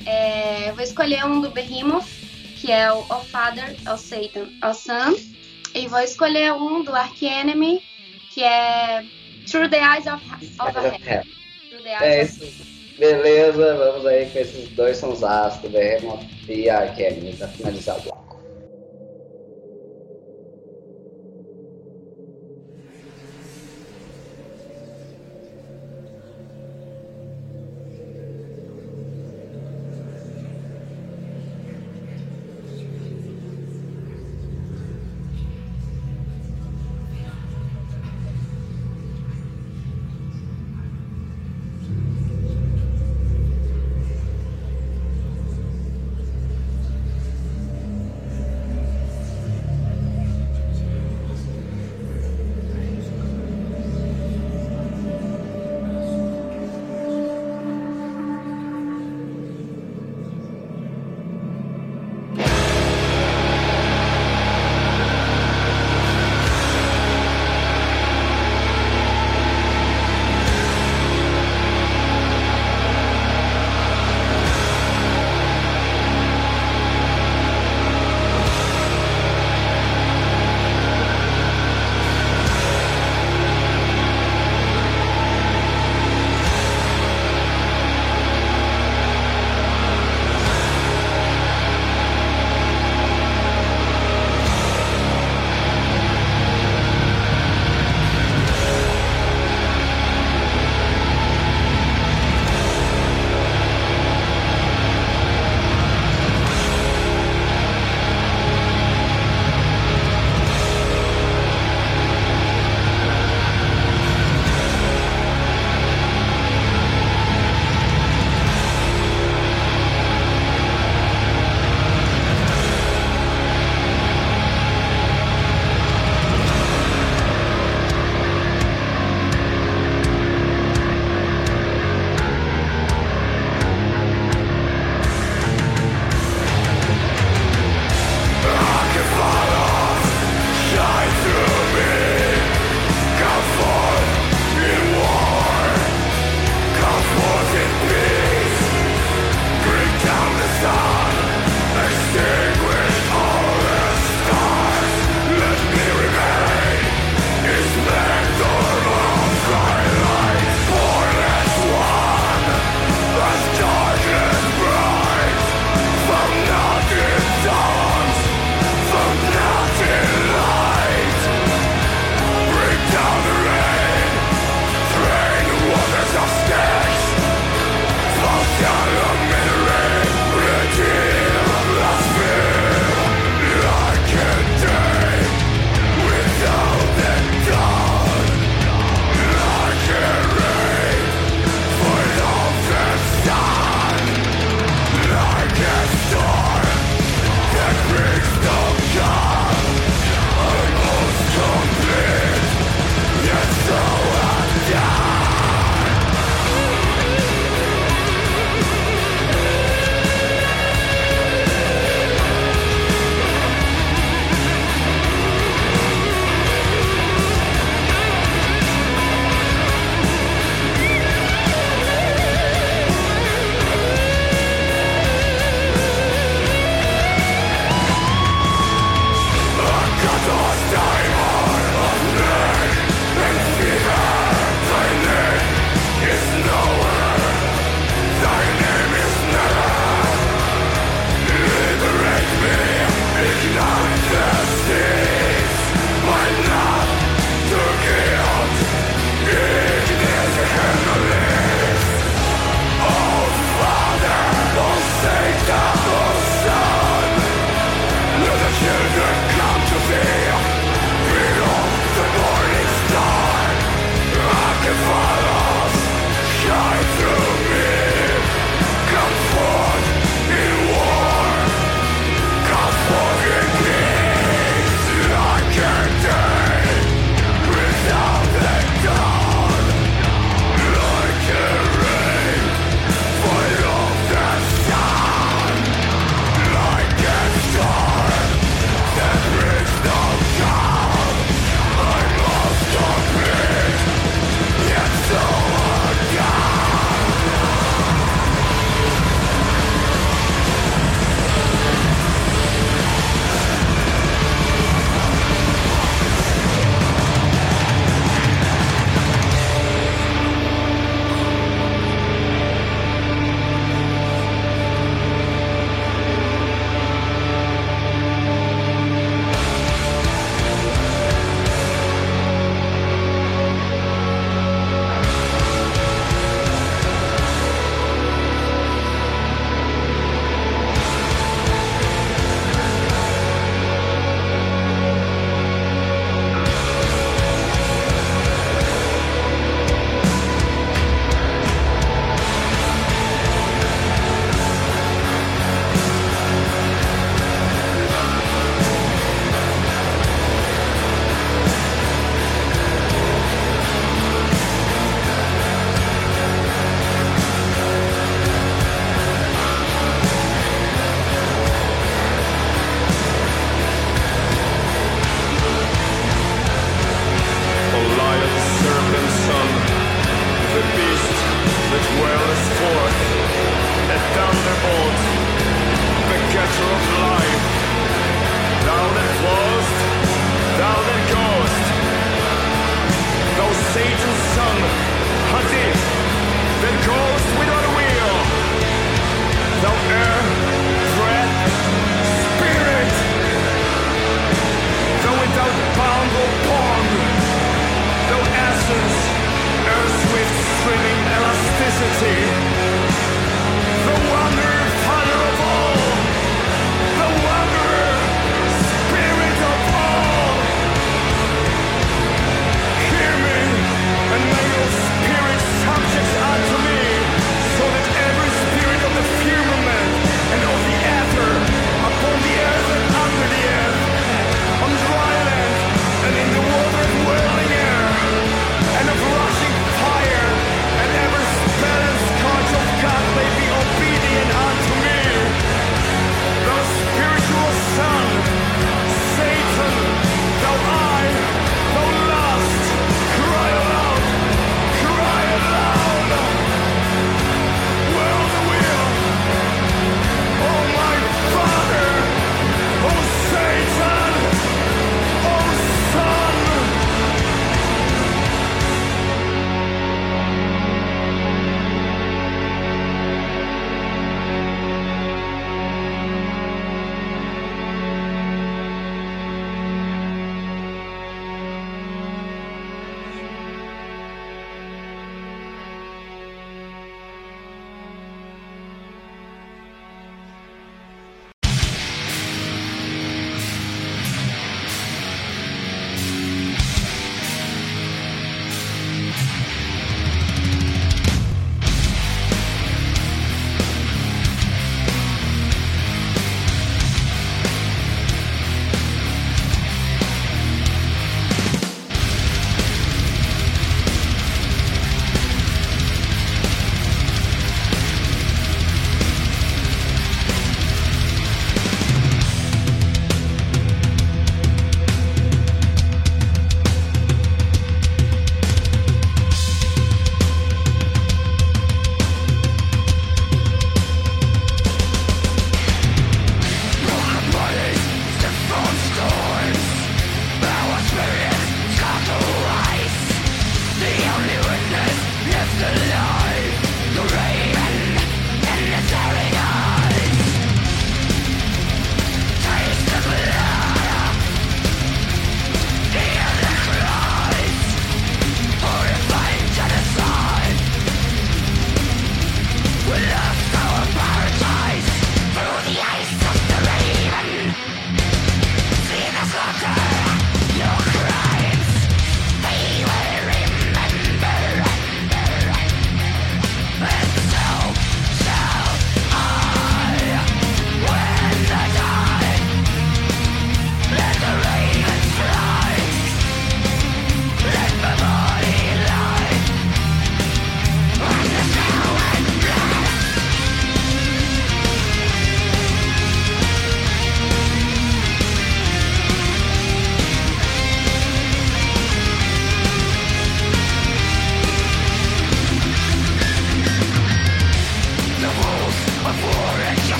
Eu vou escolher um do Behemoth, que é o O Father, O Satan, O Son. E vou escolher um do Arch Enemy, que é Through the Eyes of a Head. Beleza, vamos aí com esses 2 sons do Behemoth e Arch Enemy pra finalizar o bloco.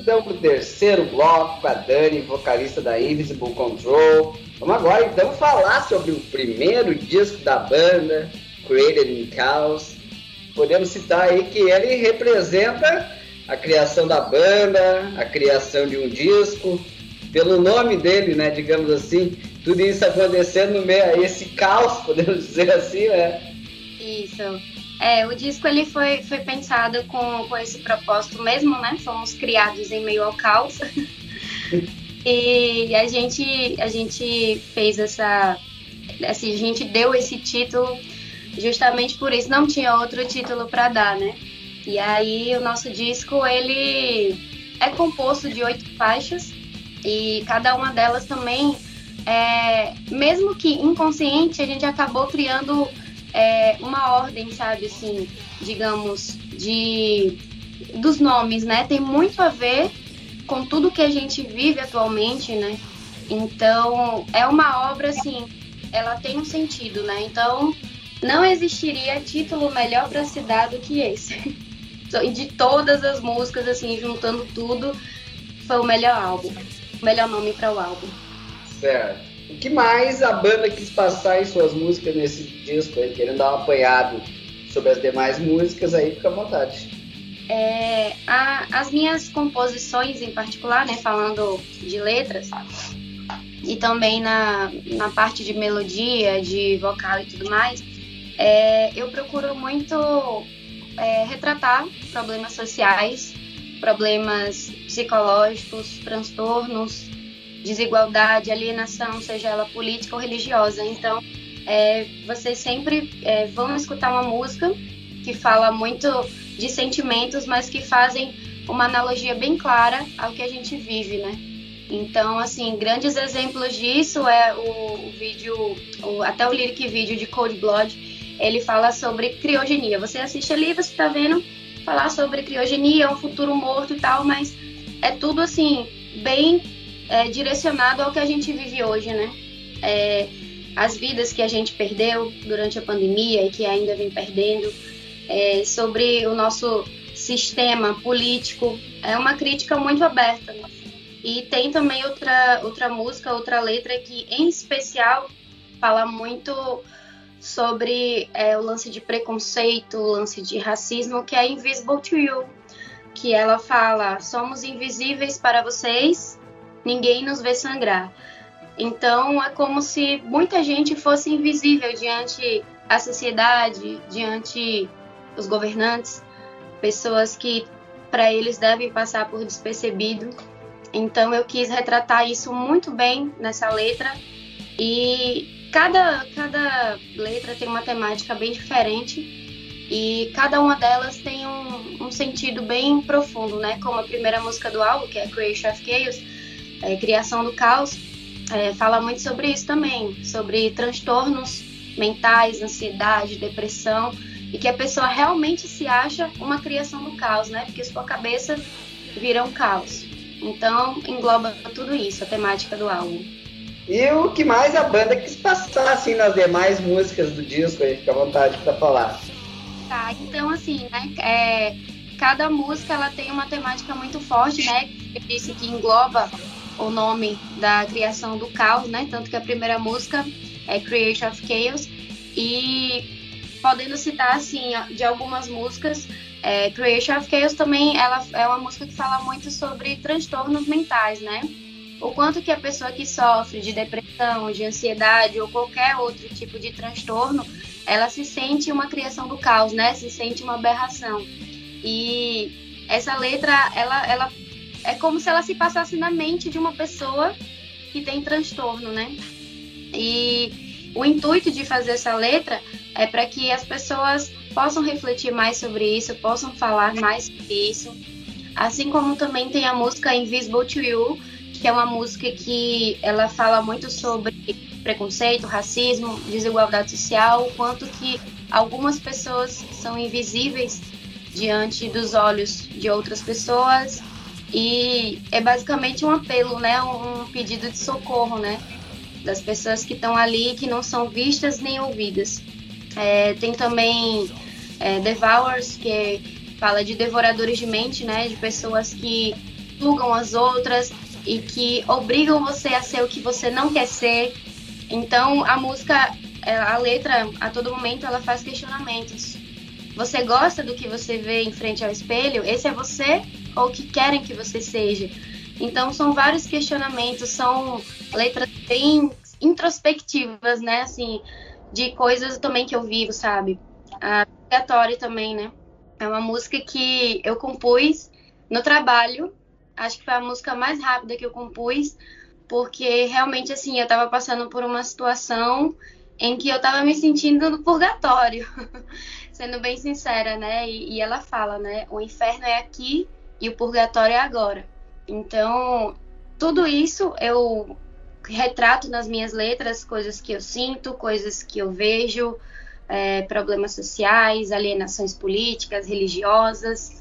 então para o terceiro bloco com a Dani, vocalista da Invisible Control. Vamos agora então falar sobre o primeiro disco da banda, Created in Chaos. Podemos citar aí que ele representa a criação da banda, a criação de um disco, pelo nome dele, né, digamos assim, tudo isso acontecendo no meio a esse caos, podemos dizer assim, né? Isso. O disco ele foi pensado com esse propósito mesmo, né? Fomos criados em meio ao caos. E a gente fez a gente deu esse título justamente por isso, não tinha outro título para dar, né? E aí o nosso disco, ele é composto de 8 faixas e cada uma delas também, mesmo que inconsciente, a gente acabou criando uma ordem, sabe, assim, digamos, dos nomes, né? Tem muito a ver com tudo que a gente vive atualmente, né? Então, é uma obra, assim, ela tem um sentido, né? Então, não existiria título melhor para se dar do que esse. E de todas as músicas, assim, juntando tudo, foi o melhor álbum. O melhor nome para o álbum. Certo. O que mais a banda quis passar em suas músicas nesse disco aí? Querendo dar um apanhado sobre as demais músicas aí, fica à vontade. As minhas composições em particular, né, falando de letras, e também na parte de melodia, de vocal e tudo mais, eu procuro muito retratar problemas sociais, problemas psicológicos, transtornos, desigualdade, alienação, seja ela política ou religiosa. Então, vocês sempre vão escutar uma música que fala muito de sentimentos, mas que fazem uma analogia bem clara ao que a gente vive, né? Então, assim, grandes exemplos disso é o vídeo, até o lyric vídeo de Cold Blood, ele fala sobre criogenia. Você assiste ali, você tá vendo falar sobre criogenia, um futuro morto e tal, mas é tudo, assim, bem direcionado ao que a gente vive hoje, né? As vidas que a gente perdeu durante a pandemia e que ainda vem perdendo, sobre o nosso sistema político, é uma crítica muito aberta, né? E tem também outra música, outra letra que, em especial, fala muito sobre o lance de preconceito, o lance de racismo, que é Invisible to You, que ela fala: somos invisíveis para vocês, ninguém nos vê sangrar. Então, é como se muita gente fosse invisível diante a sociedade, diante os governantes, pessoas que para eles devem passar por despercebido. Então eu quis retratar isso muito bem nessa letra, e cada letra tem uma temática bem diferente e cada uma delas tem um sentido bem profundo, né? Como a primeira música do álbum, que é Creation of Chaos, Criação do Caos, fala muito sobre isso também, sobre transtornos mentais, ansiedade, depressão, e que a pessoa realmente se acha uma criação do caos, né? Porque sua cabeça vira um caos. Então, engloba tudo isso, a temática do álbum. E o que mais a banda quis passar, assim, nas demais músicas do disco, aí fica à vontade para falar. Tá, então, assim, né, cada música, ela tem uma temática muito forte, né? Eu disse que engloba o nome da criação do caos, né? Tanto que a primeira música é Creation of Chaos, e podendo citar, assim, de algumas músicas, Creation of Chaos também, ela é uma música que fala muito sobre transtornos mentais, né? O quanto que a pessoa que sofre de depressão, de ansiedade ou qualquer outro tipo de transtorno, ela se sente uma criação do caos, né? Se sente uma aberração. E essa letra, ela é como se ela se passasse na mente de uma pessoa que tem transtorno, né? E o intuito de fazer essa letra é para que as pessoas possam refletir mais sobre isso, possam falar mais sobre isso. Assim como também tem a música Invisible to You, que é uma música que ela fala muito sobre preconceito, racismo, desigualdade social, o quanto que algumas pessoas são invisíveis diante dos olhos de outras pessoas, e é basicamente um apelo, né, um pedido de socorro, né, das pessoas que estão ali, que não são vistas nem ouvidas. Tem também Devours, que fala de devoradores de mente, né, de pessoas que julgam as outras e que obrigam você a ser o que você não quer ser. Então, a música, a letra, a todo momento, ela faz questionamentos. Você gosta do que você vê em frente ao espelho? Esse é você ou o que querem que você seja? Então, são vários questionamentos, são letras bem introspectivas, né? Assim, de coisas também que eu vivo, sabe? A Purgatório também, né? É uma música que eu compus no trabalho. Acho que foi a música mais rápida que eu compus, porque realmente, assim, eu tava passando por uma situação em que eu tava me sentindo no purgatório, sendo bem sincera, né? E ela fala, né? O inferno é aqui e o purgatório é agora. Então, tudo isso eu retrato nas minhas letras, coisas que eu sinto, coisas que eu vejo, problemas sociais, alienações políticas, religiosas.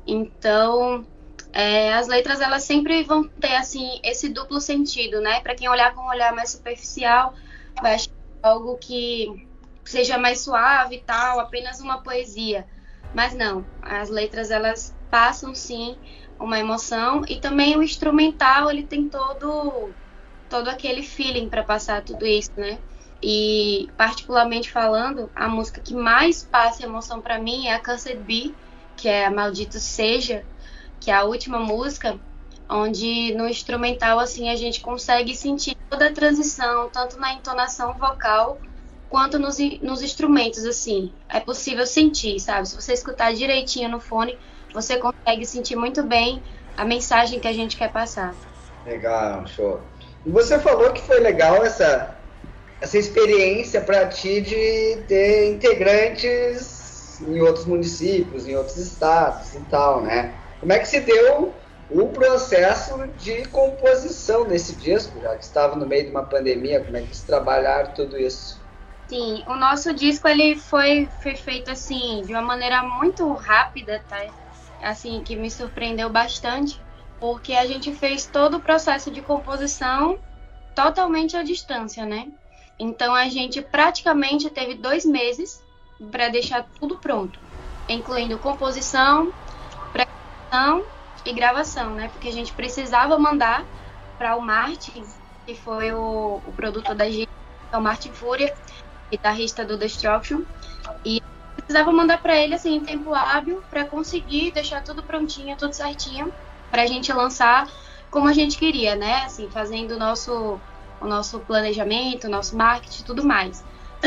Então, as letras, elas sempre vão ter, assim, esse duplo sentido, né? Para quem olhar com um olhar mais superficial, vai achar algo que seja mais suave e tal, apenas uma poesia. Mas não, as letras, elas passam, sim, uma emoção. E também o instrumental, ele tem todo aquele feeling para passar tudo isso, né? E, particularmente falando, a música que mais passa emoção para mim é a Cursed Be, que é a Maldito Seja, que é a última música, onde no instrumental, assim, a gente consegue sentir toda a transição, tanto na entonação vocal, quanto nos instrumentos, assim. É possível sentir, sabe? Se você escutar direitinho no fone, você consegue sentir muito bem a mensagem que a gente quer passar. Legal, show. E você falou que foi legal essa experiência para ti de ter integrantes em outros municípios, em outros estados e tal, né? Como é que se deu o processo de composição desse disco, já que estava no meio de uma pandemia? Como é que vocês trabalharam tudo isso? Sim, o nosso disco, ele foi feito, assim, de uma maneira muito rápida, tá? Assim, que me surpreendeu bastante, porque a gente fez todo o processo de composição totalmente à distância, né? Então, a gente praticamente teve 2 meses para deixar tudo pronto, incluindo composição, pré-produção e gravação, né? Porque a gente precisava mandar para o Martin, que foi o produtor da gente, é o Martin Fúria, guitarrista do Destruction, e precisava mandar para ele, assim, em tempo hábil, para conseguir deixar tudo prontinho, tudo certinho, para a gente lançar como a gente queria, né? Assim, fazendo o nosso planejamento, o nosso marketing e tudo mais.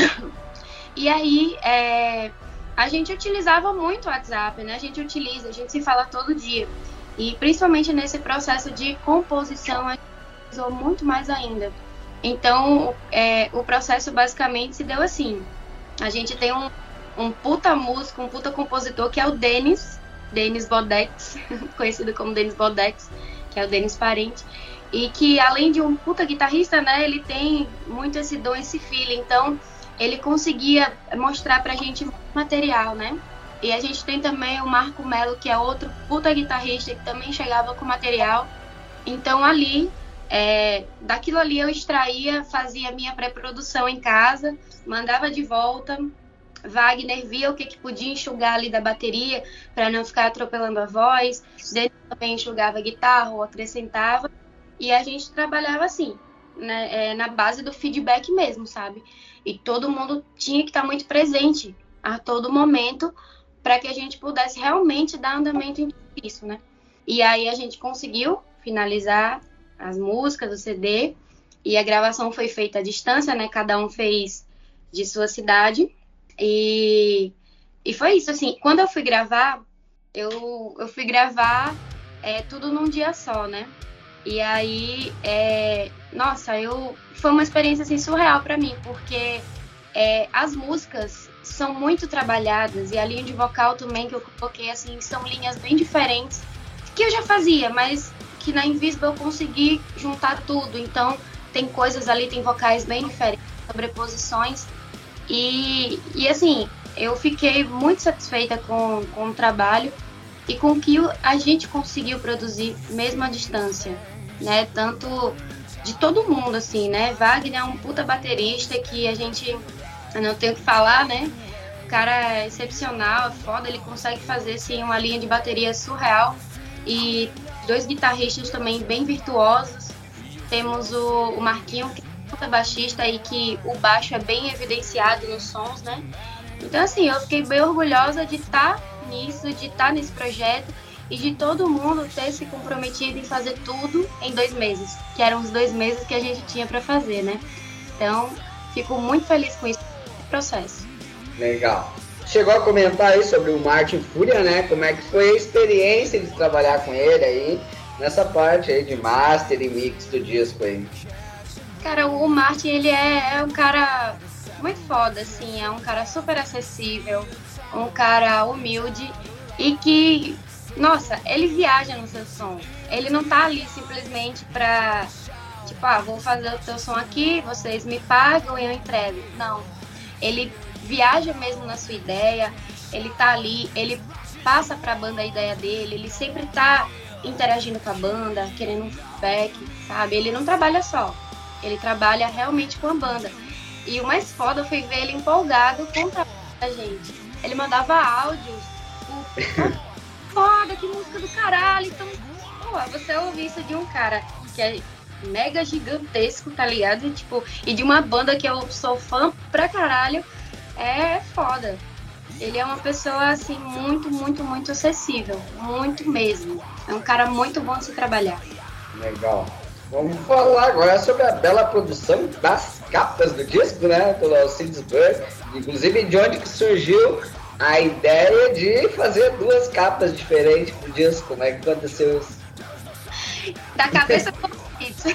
E aí, a gente utilizava muito o WhatsApp, né? A gente se fala todo dia. E principalmente nesse processo de composição, a gente utilizou muito mais ainda. Então, o processo basicamente se deu assim. A gente tem um puta músico, um puta compositor, que é o Denis Bodex, conhecido como Denis Bodex, que é o Denis Parente. E que, além de um puta guitarrista, né, ele tem muito esse dom, esse feeling. Então, ele conseguia mostrar pra gente material, né? E a gente tem também o Marco Melo, que é outro puta guitarrista, que também chegava com material. Então, ali, daquilo ali eu extraía, fazia minha pré-produção em casa, mandava de volta. Wagner via o que podia enxugar ali da bateria, para não ficar atropelando a voz. Ele também enxugava a guitarra ou acrescentava. E a gente trabalhava assim, né, na base do feedback mesmo, sabe? E todo mundo tinha que estar muito presente a todo momento para que a gente pudesse realmente dar andamento em tudo isso, né? E aí a gente conseguiu finalizar as músicas do CD e a gravação foi feita à distância, né? Cada um fez de sua cidade e foi isso, assim. Quando eu fui gravar, eu fui gravar tudo num dia só, né? E aí, foi uma experiência assim, surreal para mim, porque as músicas são muito trabalhadas e a linha de vocal também que eu coloquei, assim, são linhas bem diferentes, que eu já fazia, mas que na Invisible eu consegui juntar tudo. Então, tem coisas ali, tem vocais bem diferentes, sobreposições. E assim, eu fiquei muito satisfeita com o trabalho e com o que a gente conseguiu produzir mesmo à distância, né? Tanto de todo mundo, assim, né? Wagner é um puta baterista que a gente, eu não tenho o que falar, né? O cara é excepcional, é foda, ele consegue fazer, assim, uma linha de bateria surreal. e 2 guitarristas também bem virtuosos. Temos o Marquinho, que é baixista e que o baixo é bem evidenciado nos sons, né? Então, assim, eu fiquei bem orgulhosa de estar nisso, de estar nesse projeto e de todo mundo ter se comprometido em fazer tudo em 2 meses, que eram os 2 meses que a gente tinha para fazer, né? Então, fico muito feliz com esse processo. Legal. Chegou a comentar aí sobre o Martin Fúria, né? Como é que foi a experiência de trabalhar com ele aí, nessa parte aí de master e mix do disco aí? Cara, o Martin, ele é um cara muito foda, assim, é um cara super acessível, um cara humilde e que, nossa, ele viaja no seu som. Ele não tá ali simplesmente pra, tipo, vou fazer o teu som aqui, vocês me pagam e eu entrego. Não, ele viaja mesmo na sua ideia, ele tá ali, ele passa pra banda a ideia dele, ele sempre tá interagindo com a banda, querendo um feedback, sabe? Ele não trabalha só, ele trabalha realmente com a banda. E o mais foda foi ver ele empolgado com o trabalho da gente. Ele mandava áudios, foda, que música do caralho. Então, você ouve isso de um cara que é mega gigantesco, tá ligado? Tipo, e de uma banda que eu sou fã pra caralho, é foda. Ele é uma pessoa, assim, muito, muito, muito acessível. Muito mesmo. É um cara muito bom de se trabalhar. Legal. Vamos falar agora sobre a bela produção das capas do disco, né? Pelo Alcides Burke. Inclusive, de onde que surgiu a ideia de fazer 2 capas diferentes pro disco? Como é que aconteceu isso? Da cabeça do Alcides.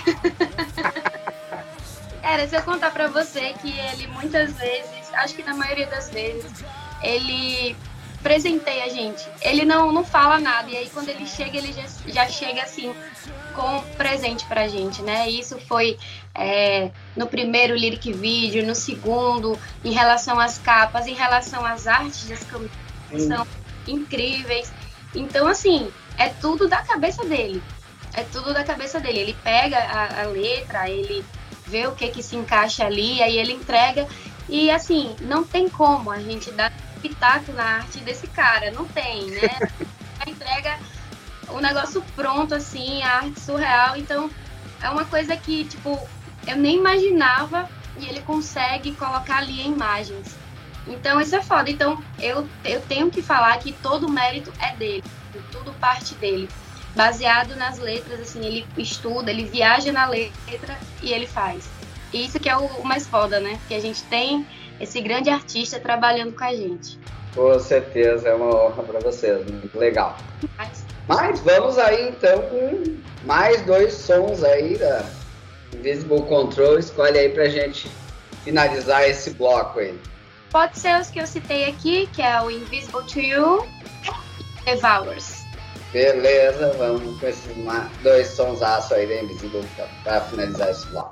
Cara, se eu contar pra você que ele muitas vezes, acho que na maioria das vezes, ele presenteia a gente. Ele não fala nada. E aí quando ele chega, ele já chega assim com presente pra gente, né? Isso foi no primeiro lyric video, no segundo, em relação às capas, em relação às artes das camisas, que são incríveis. Então, assim, é tudo da cabeça dele. É tudo da cabeça dele. Ele pega a letra, ele vê o que se encaixa ali, aí ele entrega. E, assim, não tem como a gente dar pitaco na arte desse cara. Não tem, né? A entrega o negócio pronto, assim, a arte surreal. Então, é uma coisa que, tipo, eu nem imaginava e ele consegue colocar ali em imagens. Então, isso é foda. Então, eu tenho que falar que todo o mérito é dele. Tudo parte dele. Baseado nas letras, assim, ele estuda, ele viaja na letra e ele faz. E isso que é o mais foda, né? Que a gente tem esse grande artista trabalhando com a gente. Com certeza, é uma honra para vocês. Muito legal. Mas vamos aí, então, com mais 2 sons aí da Invisible Control. Escolhe aí pra gente finalizar esse bloco aí. Pode ser os que eu citei aqui, que é o Invisible to You e Devours. Beleza, vamos com esses 2 sons aí da Invisible para finalizar esse bloco.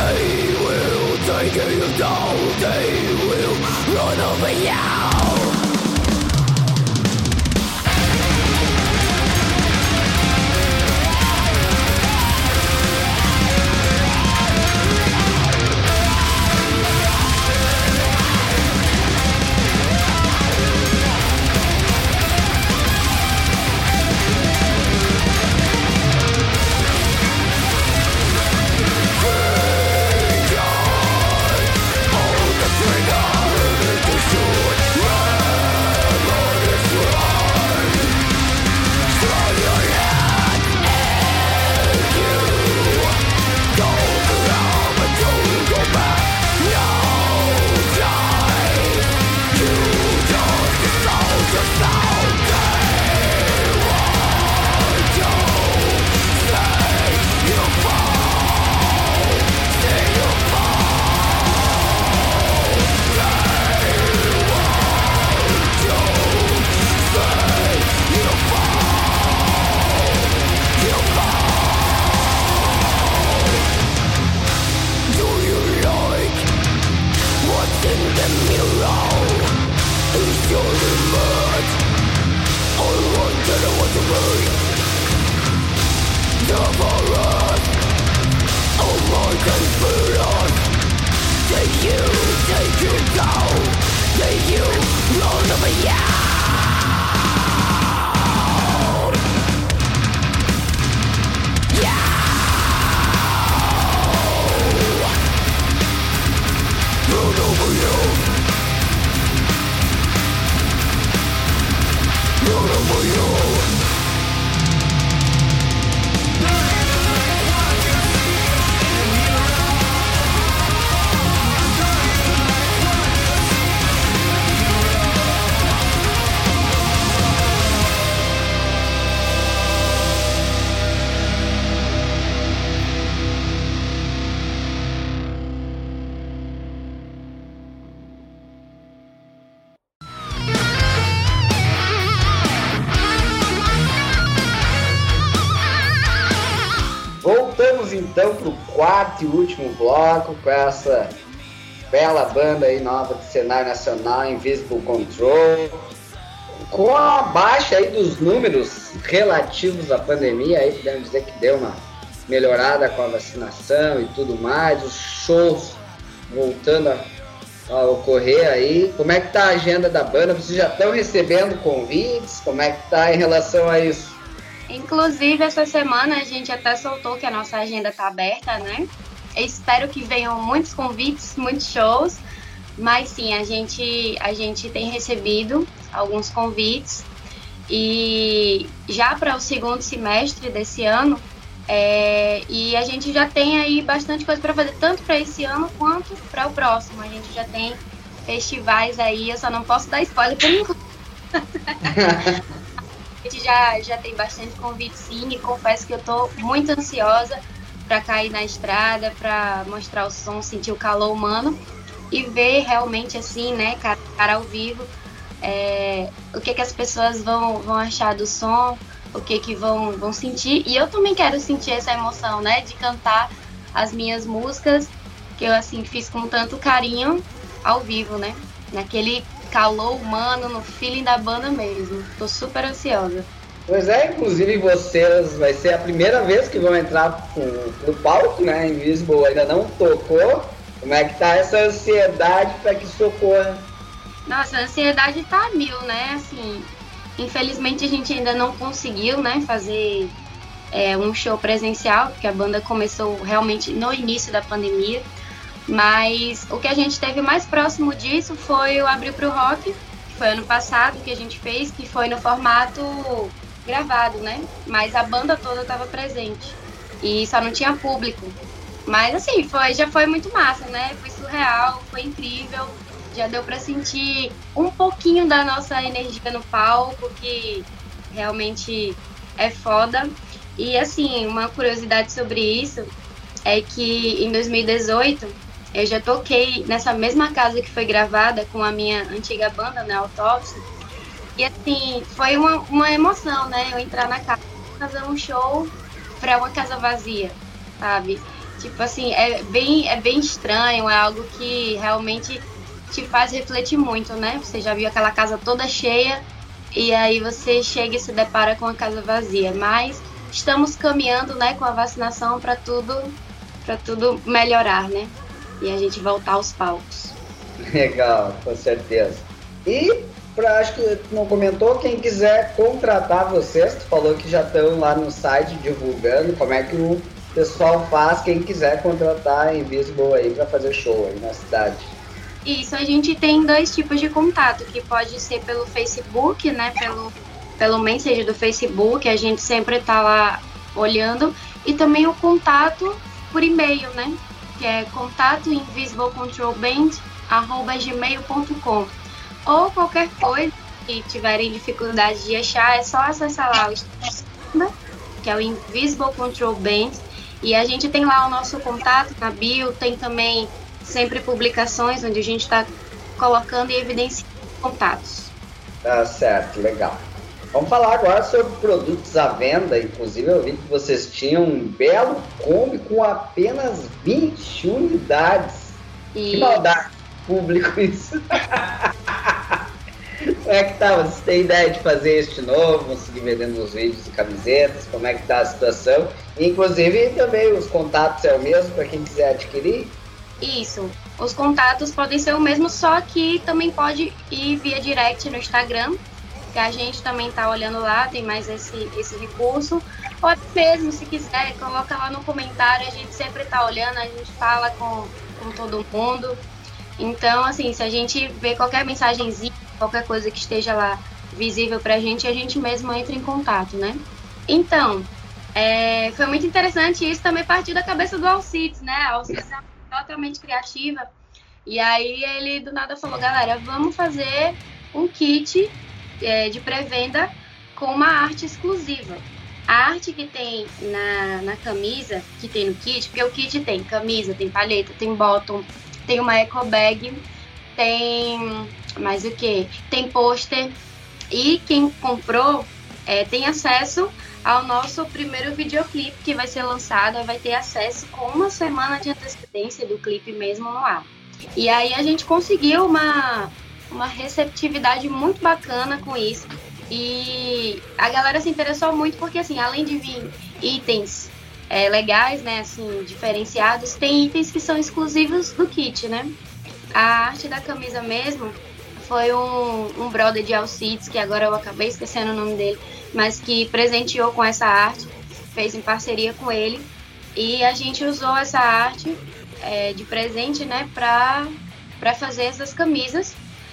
Voltamos então pro quarto e último bloco com essa bela banda aí nova do cenário nacional, Invisible Control, com a baixa aí dos números relativos à pandemia, aí podemos dizer que deu uma melhorada com a vacinação e tudo mais, os shows voltando a ocorrer aí. Como é que tá a agenda da banda? Vocês já estão recebendo convites? Como é que tá em relação a isso? Inclusive, essa semana a gente até soltou que a nossa agenda tá aberta, né? Eu espero que venham muitos convites, muitos shows, mas sim, a gente tem recebido alguns convites e já para o segundo semestre desse ano, e a gente já tem aí bastante coisa para fazer, tanto para esse ano quanto para o próximo. A gente já tem festivais aí, eu só não posso dar spoiler por enquanto. A gente já tem bastante convite sim, e confesso que eu tô muito ansiosa para cair na estrada, para mostrar o som, sentir o calor humano e ver realmente assim, né, cara ao vivo, o que as pessoas vão achar do som, o que vão sentir. E eu também quero sentir essa emoção, né, de cantar as minhas músicas que eu assim fiz com tanto carinho ao vivo, né, naquele calor humano, no feeling da banda mesmo. Tô super ansiosa. Pois é, inclusive vocês, vai ser a primeira vez que vão entrar no palco, né? Invisible ainda não tocou. Como é que tá essa ansiedade para que isso ocorra? Nossa, a ansiedade tá a mil, né? Assim, infelizmente a gente ainda não conseguiu, né, fazer um show presencial, porque a banda começou realmente no início da pandemia. Mas o que a gente teve mais próximo disso foi o Abril pro Rock, que foi ano passado que a gente fez, que foi no formato gravado, né? Mas a banda toda estava presente e só não tinha público. Mas assim, já foi muito massa, né? Foi surreal, foi incrível. Já deu para sentir um pouquinho da nossa energia no palco, que realmente é foda. E assim, uma curiosidade sobre isso é que em 2018 eu já toquei nessa mesma casa que foi gravada com a minha antiga banda, né, Autópsia. E assim, foi uma emoção, né, eu entrar na casa, fazer um show para uma casa vazia, sabe? Tipo assim, é bem estranho, é algo que realmente te faz refletir muito, né? Você já viu aquela casa toda cheia e aí você chega e se depara com a casa vazia. Mas estamos caminhando, né, com a vacinação para tudo melhorar, né? E a gente voltar aos palcos. Legal, com certeza. E, acho que tu não comentou, quem quiser contratar vocês, tu falou que já estão lá no site divulgando como é que o pessoal faz, quem quiser contratar a Invisible aí para fazer show aí na cidade. Isso, a gente tem 2 tipos de contato, que pode ser pelo Facebook, né, pelo Messenger do Facebook, a gente sempre tá lá olhando, e também o contato por e-mail, né, que é contato@invisiblecontrolband@gmail.com. Ou qualquer coisa que tiverem dificuldade de achar, é só acessar lá o Instagram, que é o Invisible Control Band, e a gente tem lá o nosso contato na bio, tem também sempre publicações onde a gente está colocando e evidenciando contatos. Tá certo, legal. Vamos falar agora sobre produtos à venda. Inclusive eu vi que vocês tinham um belo Kombi com apenas 20 unidades. E... Que maldade, público isso. Como é que tá? Vocês têm ideia de fazer isso de novo? Vão seguir vendendo os vídeos e camisetas? Como é que tá a situação? Inclusive também os contatos é o mesmo para quem quiser adquirir? Isso, os contatos podem ser o mesmo, só que também pode ir via direct no Instagram, que a gente também tá olhando lá, tem mais esse recurso. Ou até mesmo, se quiser, coloca lá no comentário, a gente sempre tá olhando, a gente fala com todo mundo. Então, assim, se a gente vê qualquer mensagenzinha, qualquer coisa que esteja lá visível pra gente, a gente mesmo entra em contato, né? Então, foi muito interessante, isso também partiu da cabeça do Alcides, né? Alcides é totalmente criativa, e aí ele do nada falou, galera, vamos fazer um kit de pré-venda com uma arte exclusiva. A arte que tem na camisa, que tem no kit, porque o kit tem camisa, tem palheta, tem bottom, tem uma eco bag, tem mais o que? Tem pôster, e quem comprou tem acesso ao nosso primeiro videoclipe que vai ser lançado, vai ter acesso com uma semana de antecedência do clipe mesmo no ar. E aí a gente conseguiu uma receptividade muito bacana com isso. E a galera se interessou muito porque, assim, além de vir itens legais, né, assim, diferenciados, tem itens que são exclusivos do kit, né? A arte da camisa mesmo foi um brother de Alcides, que agora eu acabei esquecendo o nome dele, mas que presenteou com essa arte, fez em parceria com ele, e a gente usou essa arte de presente, né, para fazer essas camisas,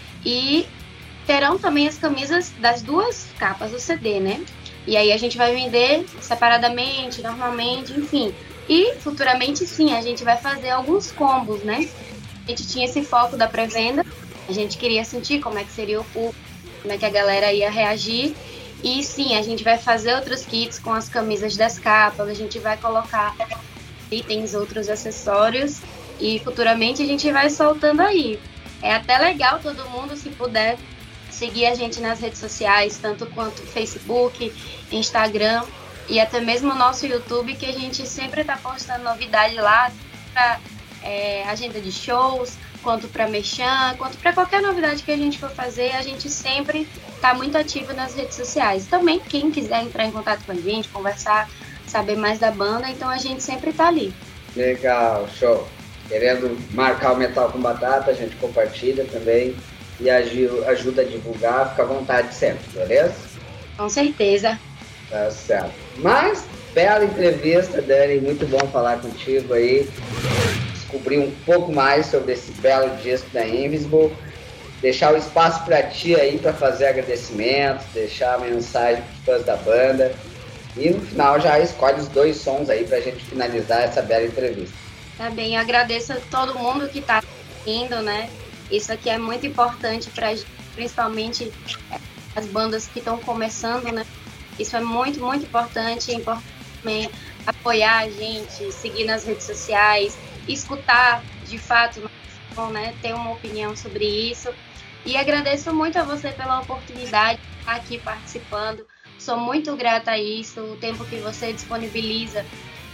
e terão também as camisas das 2 capas do CD, né, e aí a gente vai vender separadamente, normalmente, enfim, e futuramente sim, a gente vai fazer alguns combos, né, a gente tinha esse foco da pré-venda, a gente queria sentir como é que seria o público, como é que a galera ia reagir. E sim, a gente vai fazer outros kits com as camisas das capas, a gente vai colocar itens, outros acessórios, e futuramente a gente vai soltando aí. É até legal todo mundo, se puder, seguir a gente nas redes sociais, tanto quanto Facebook, Instagram e até mesmo o nosso YouTube, que a gente sempre está postando novidade lá, para agenda de shows, quanto para merchan, quanto para qualquer novidade que a gente for fazer, a gente sempre está muito ativo nas redes sociais. Também, quem quiser entrar em contato com a gente, conversar, saber mais da banda, então a gente sempre está ali. Legal, show. Querendo marcar o Metal com Batata, a gente compartilha também e ajuda a divulgar, fica à vontade sempre, beleza? Com certeza. Tá certo. Mas, bela entrevista, Dani, muito bom falar contigo aí. Descobrir um pouco mais sobre esse belo disco da Invisible, deixar o espaço para ti aí para fazer agradecimentos, deixar a mensagem para os fãs da banda e no final já escolhe os 2 sons aí para a gente finalizar essa bela entrevista. Tá bem, eu agradeço a todo mundo que está assistindo, né? Isso aqui é muito importante para a gente, principalmente as bandas que estão começando, né? Isso é muito, muito importante. É importante também apoiar a gente, seguir nas redes sociais, escutar de fato, né, ter uma opinião sobre isso. E agradeço muito a você pela oportunidade de estar aqui participando. Sou muito grata a isso, o tempo que você disponibiliza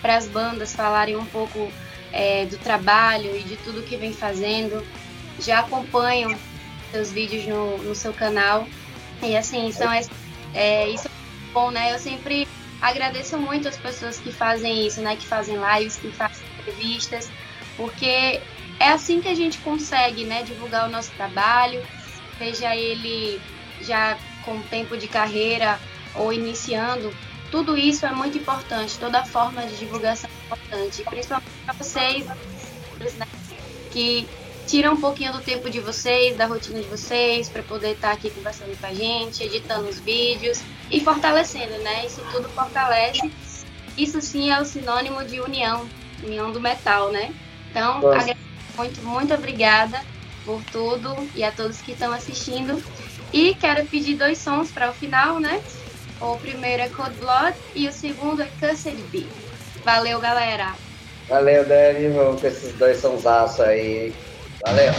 para as bandas falarem um pouco do trabalho e de tudo que vem fazendo. Já acompanho seus vídeos no seu canal. E assim, isso é bom, né? Eu sempre agradeço muito as pessoas que fazem isso, né? Que fazem lives, que fazem entrevistas, porque é assim que a gente consegue, né? Divulgar o nosso trabalho, seja ele já com tempo de carreira ou iniciando. Tudo isso é muito importante, toda forma de divulgação é importante, principalmente para vocês, né, que tiram um pouquinho do tempo de vocês, da rotina de vocês, para poder estar aqui conversando com a gente, editando os vídeos e fortalecendo, né? Isso tudo fortalece. Isso sim é o sinônimo de união do metal, né? Então, muito, muito obrigada por tudo e a todos que estão assistindo. E quero pedir 2 sons para o final, né? O primeiro é Cold Blood e o segundo é Cursed Bee. Valeu, galera! Valeu, Dani. Vamos com esses 2 sonsaços aí, hein? Valeu!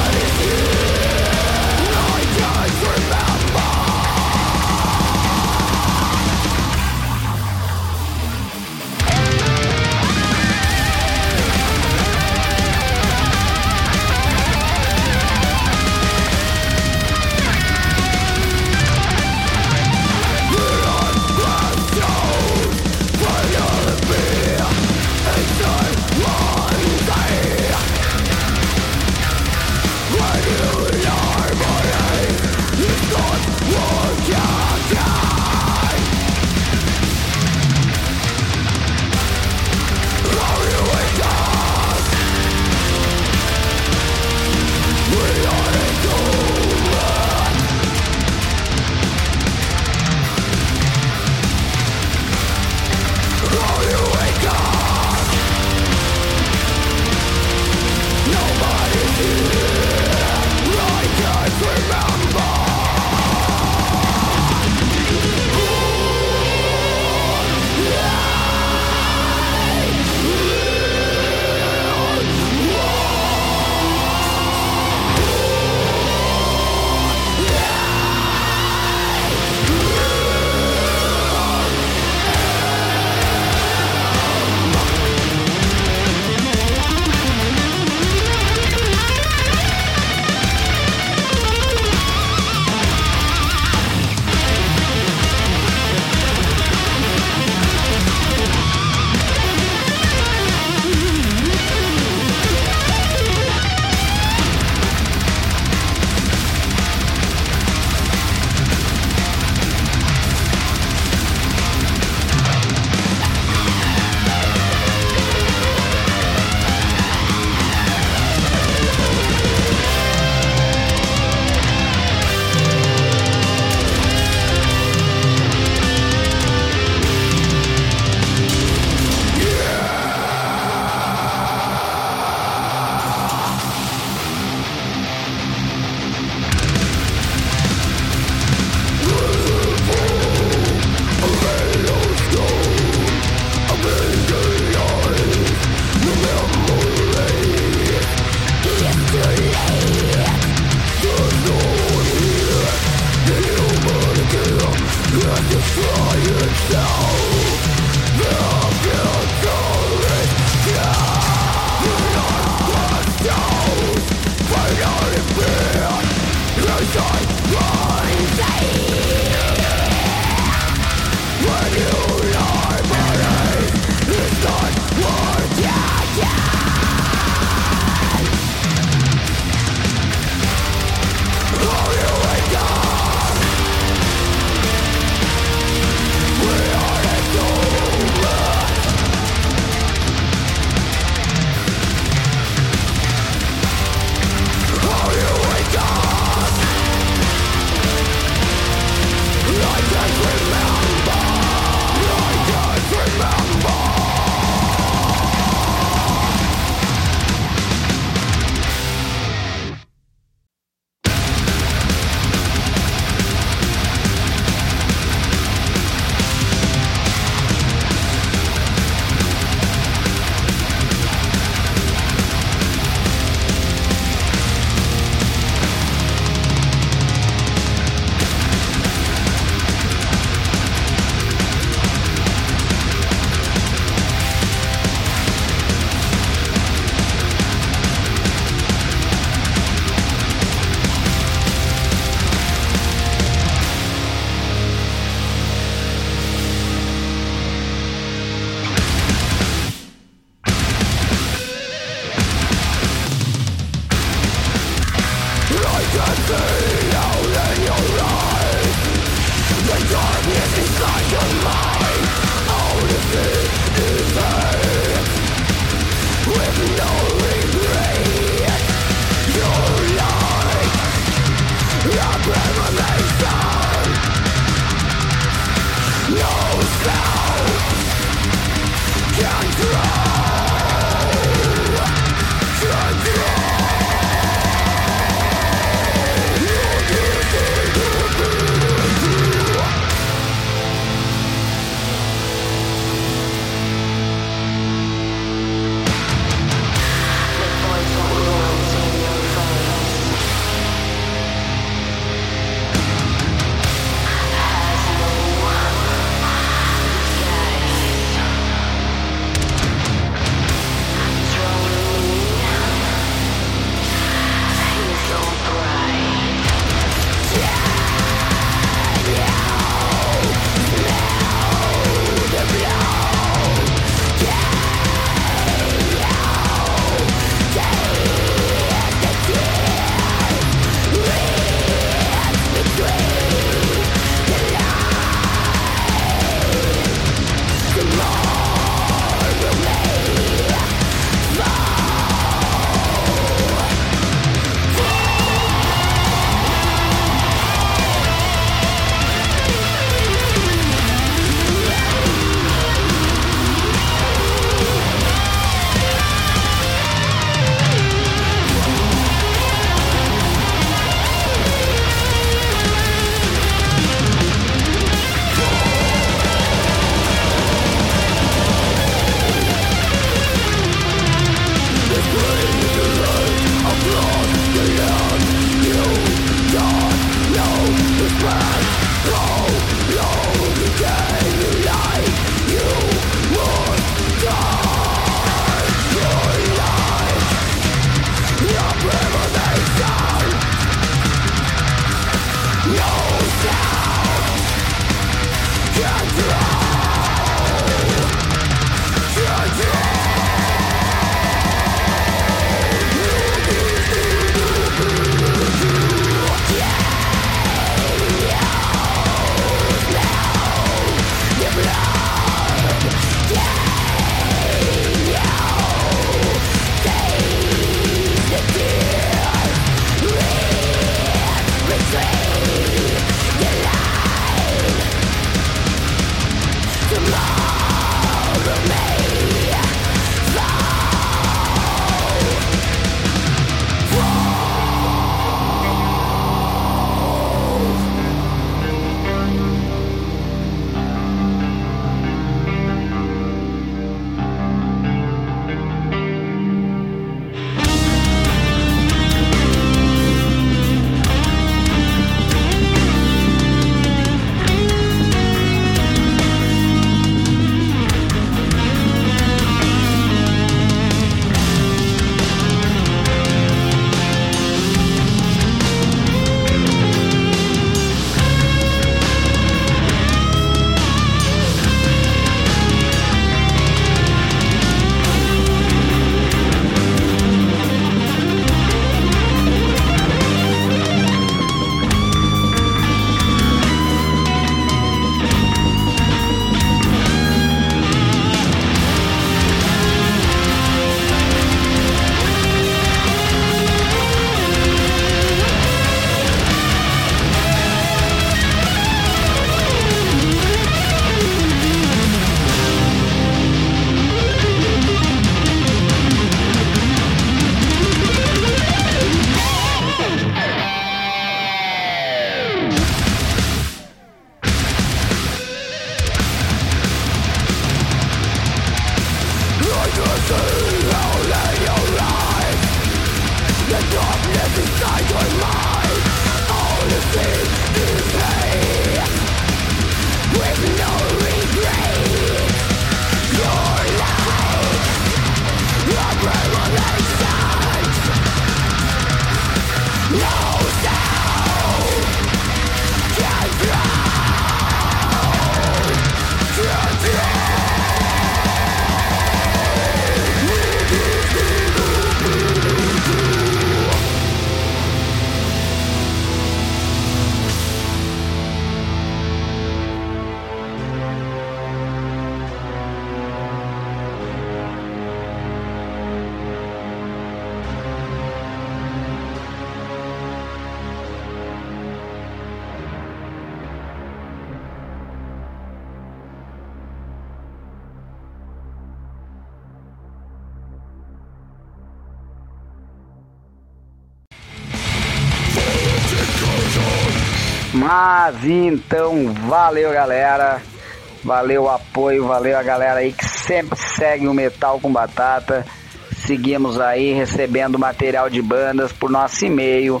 Mas então, valeu galera, valeu o apoio, valeu a galera aí que sempre segue o Metal com Batata. Seguimos aí recebendo material de bandas por nosso e-mail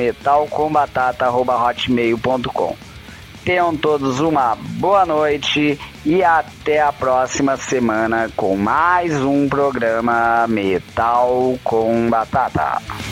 metalcombatata@hotmail.com. Tenham todos uma boa noite e até a próxima semana com mais um programa Metal com Batata.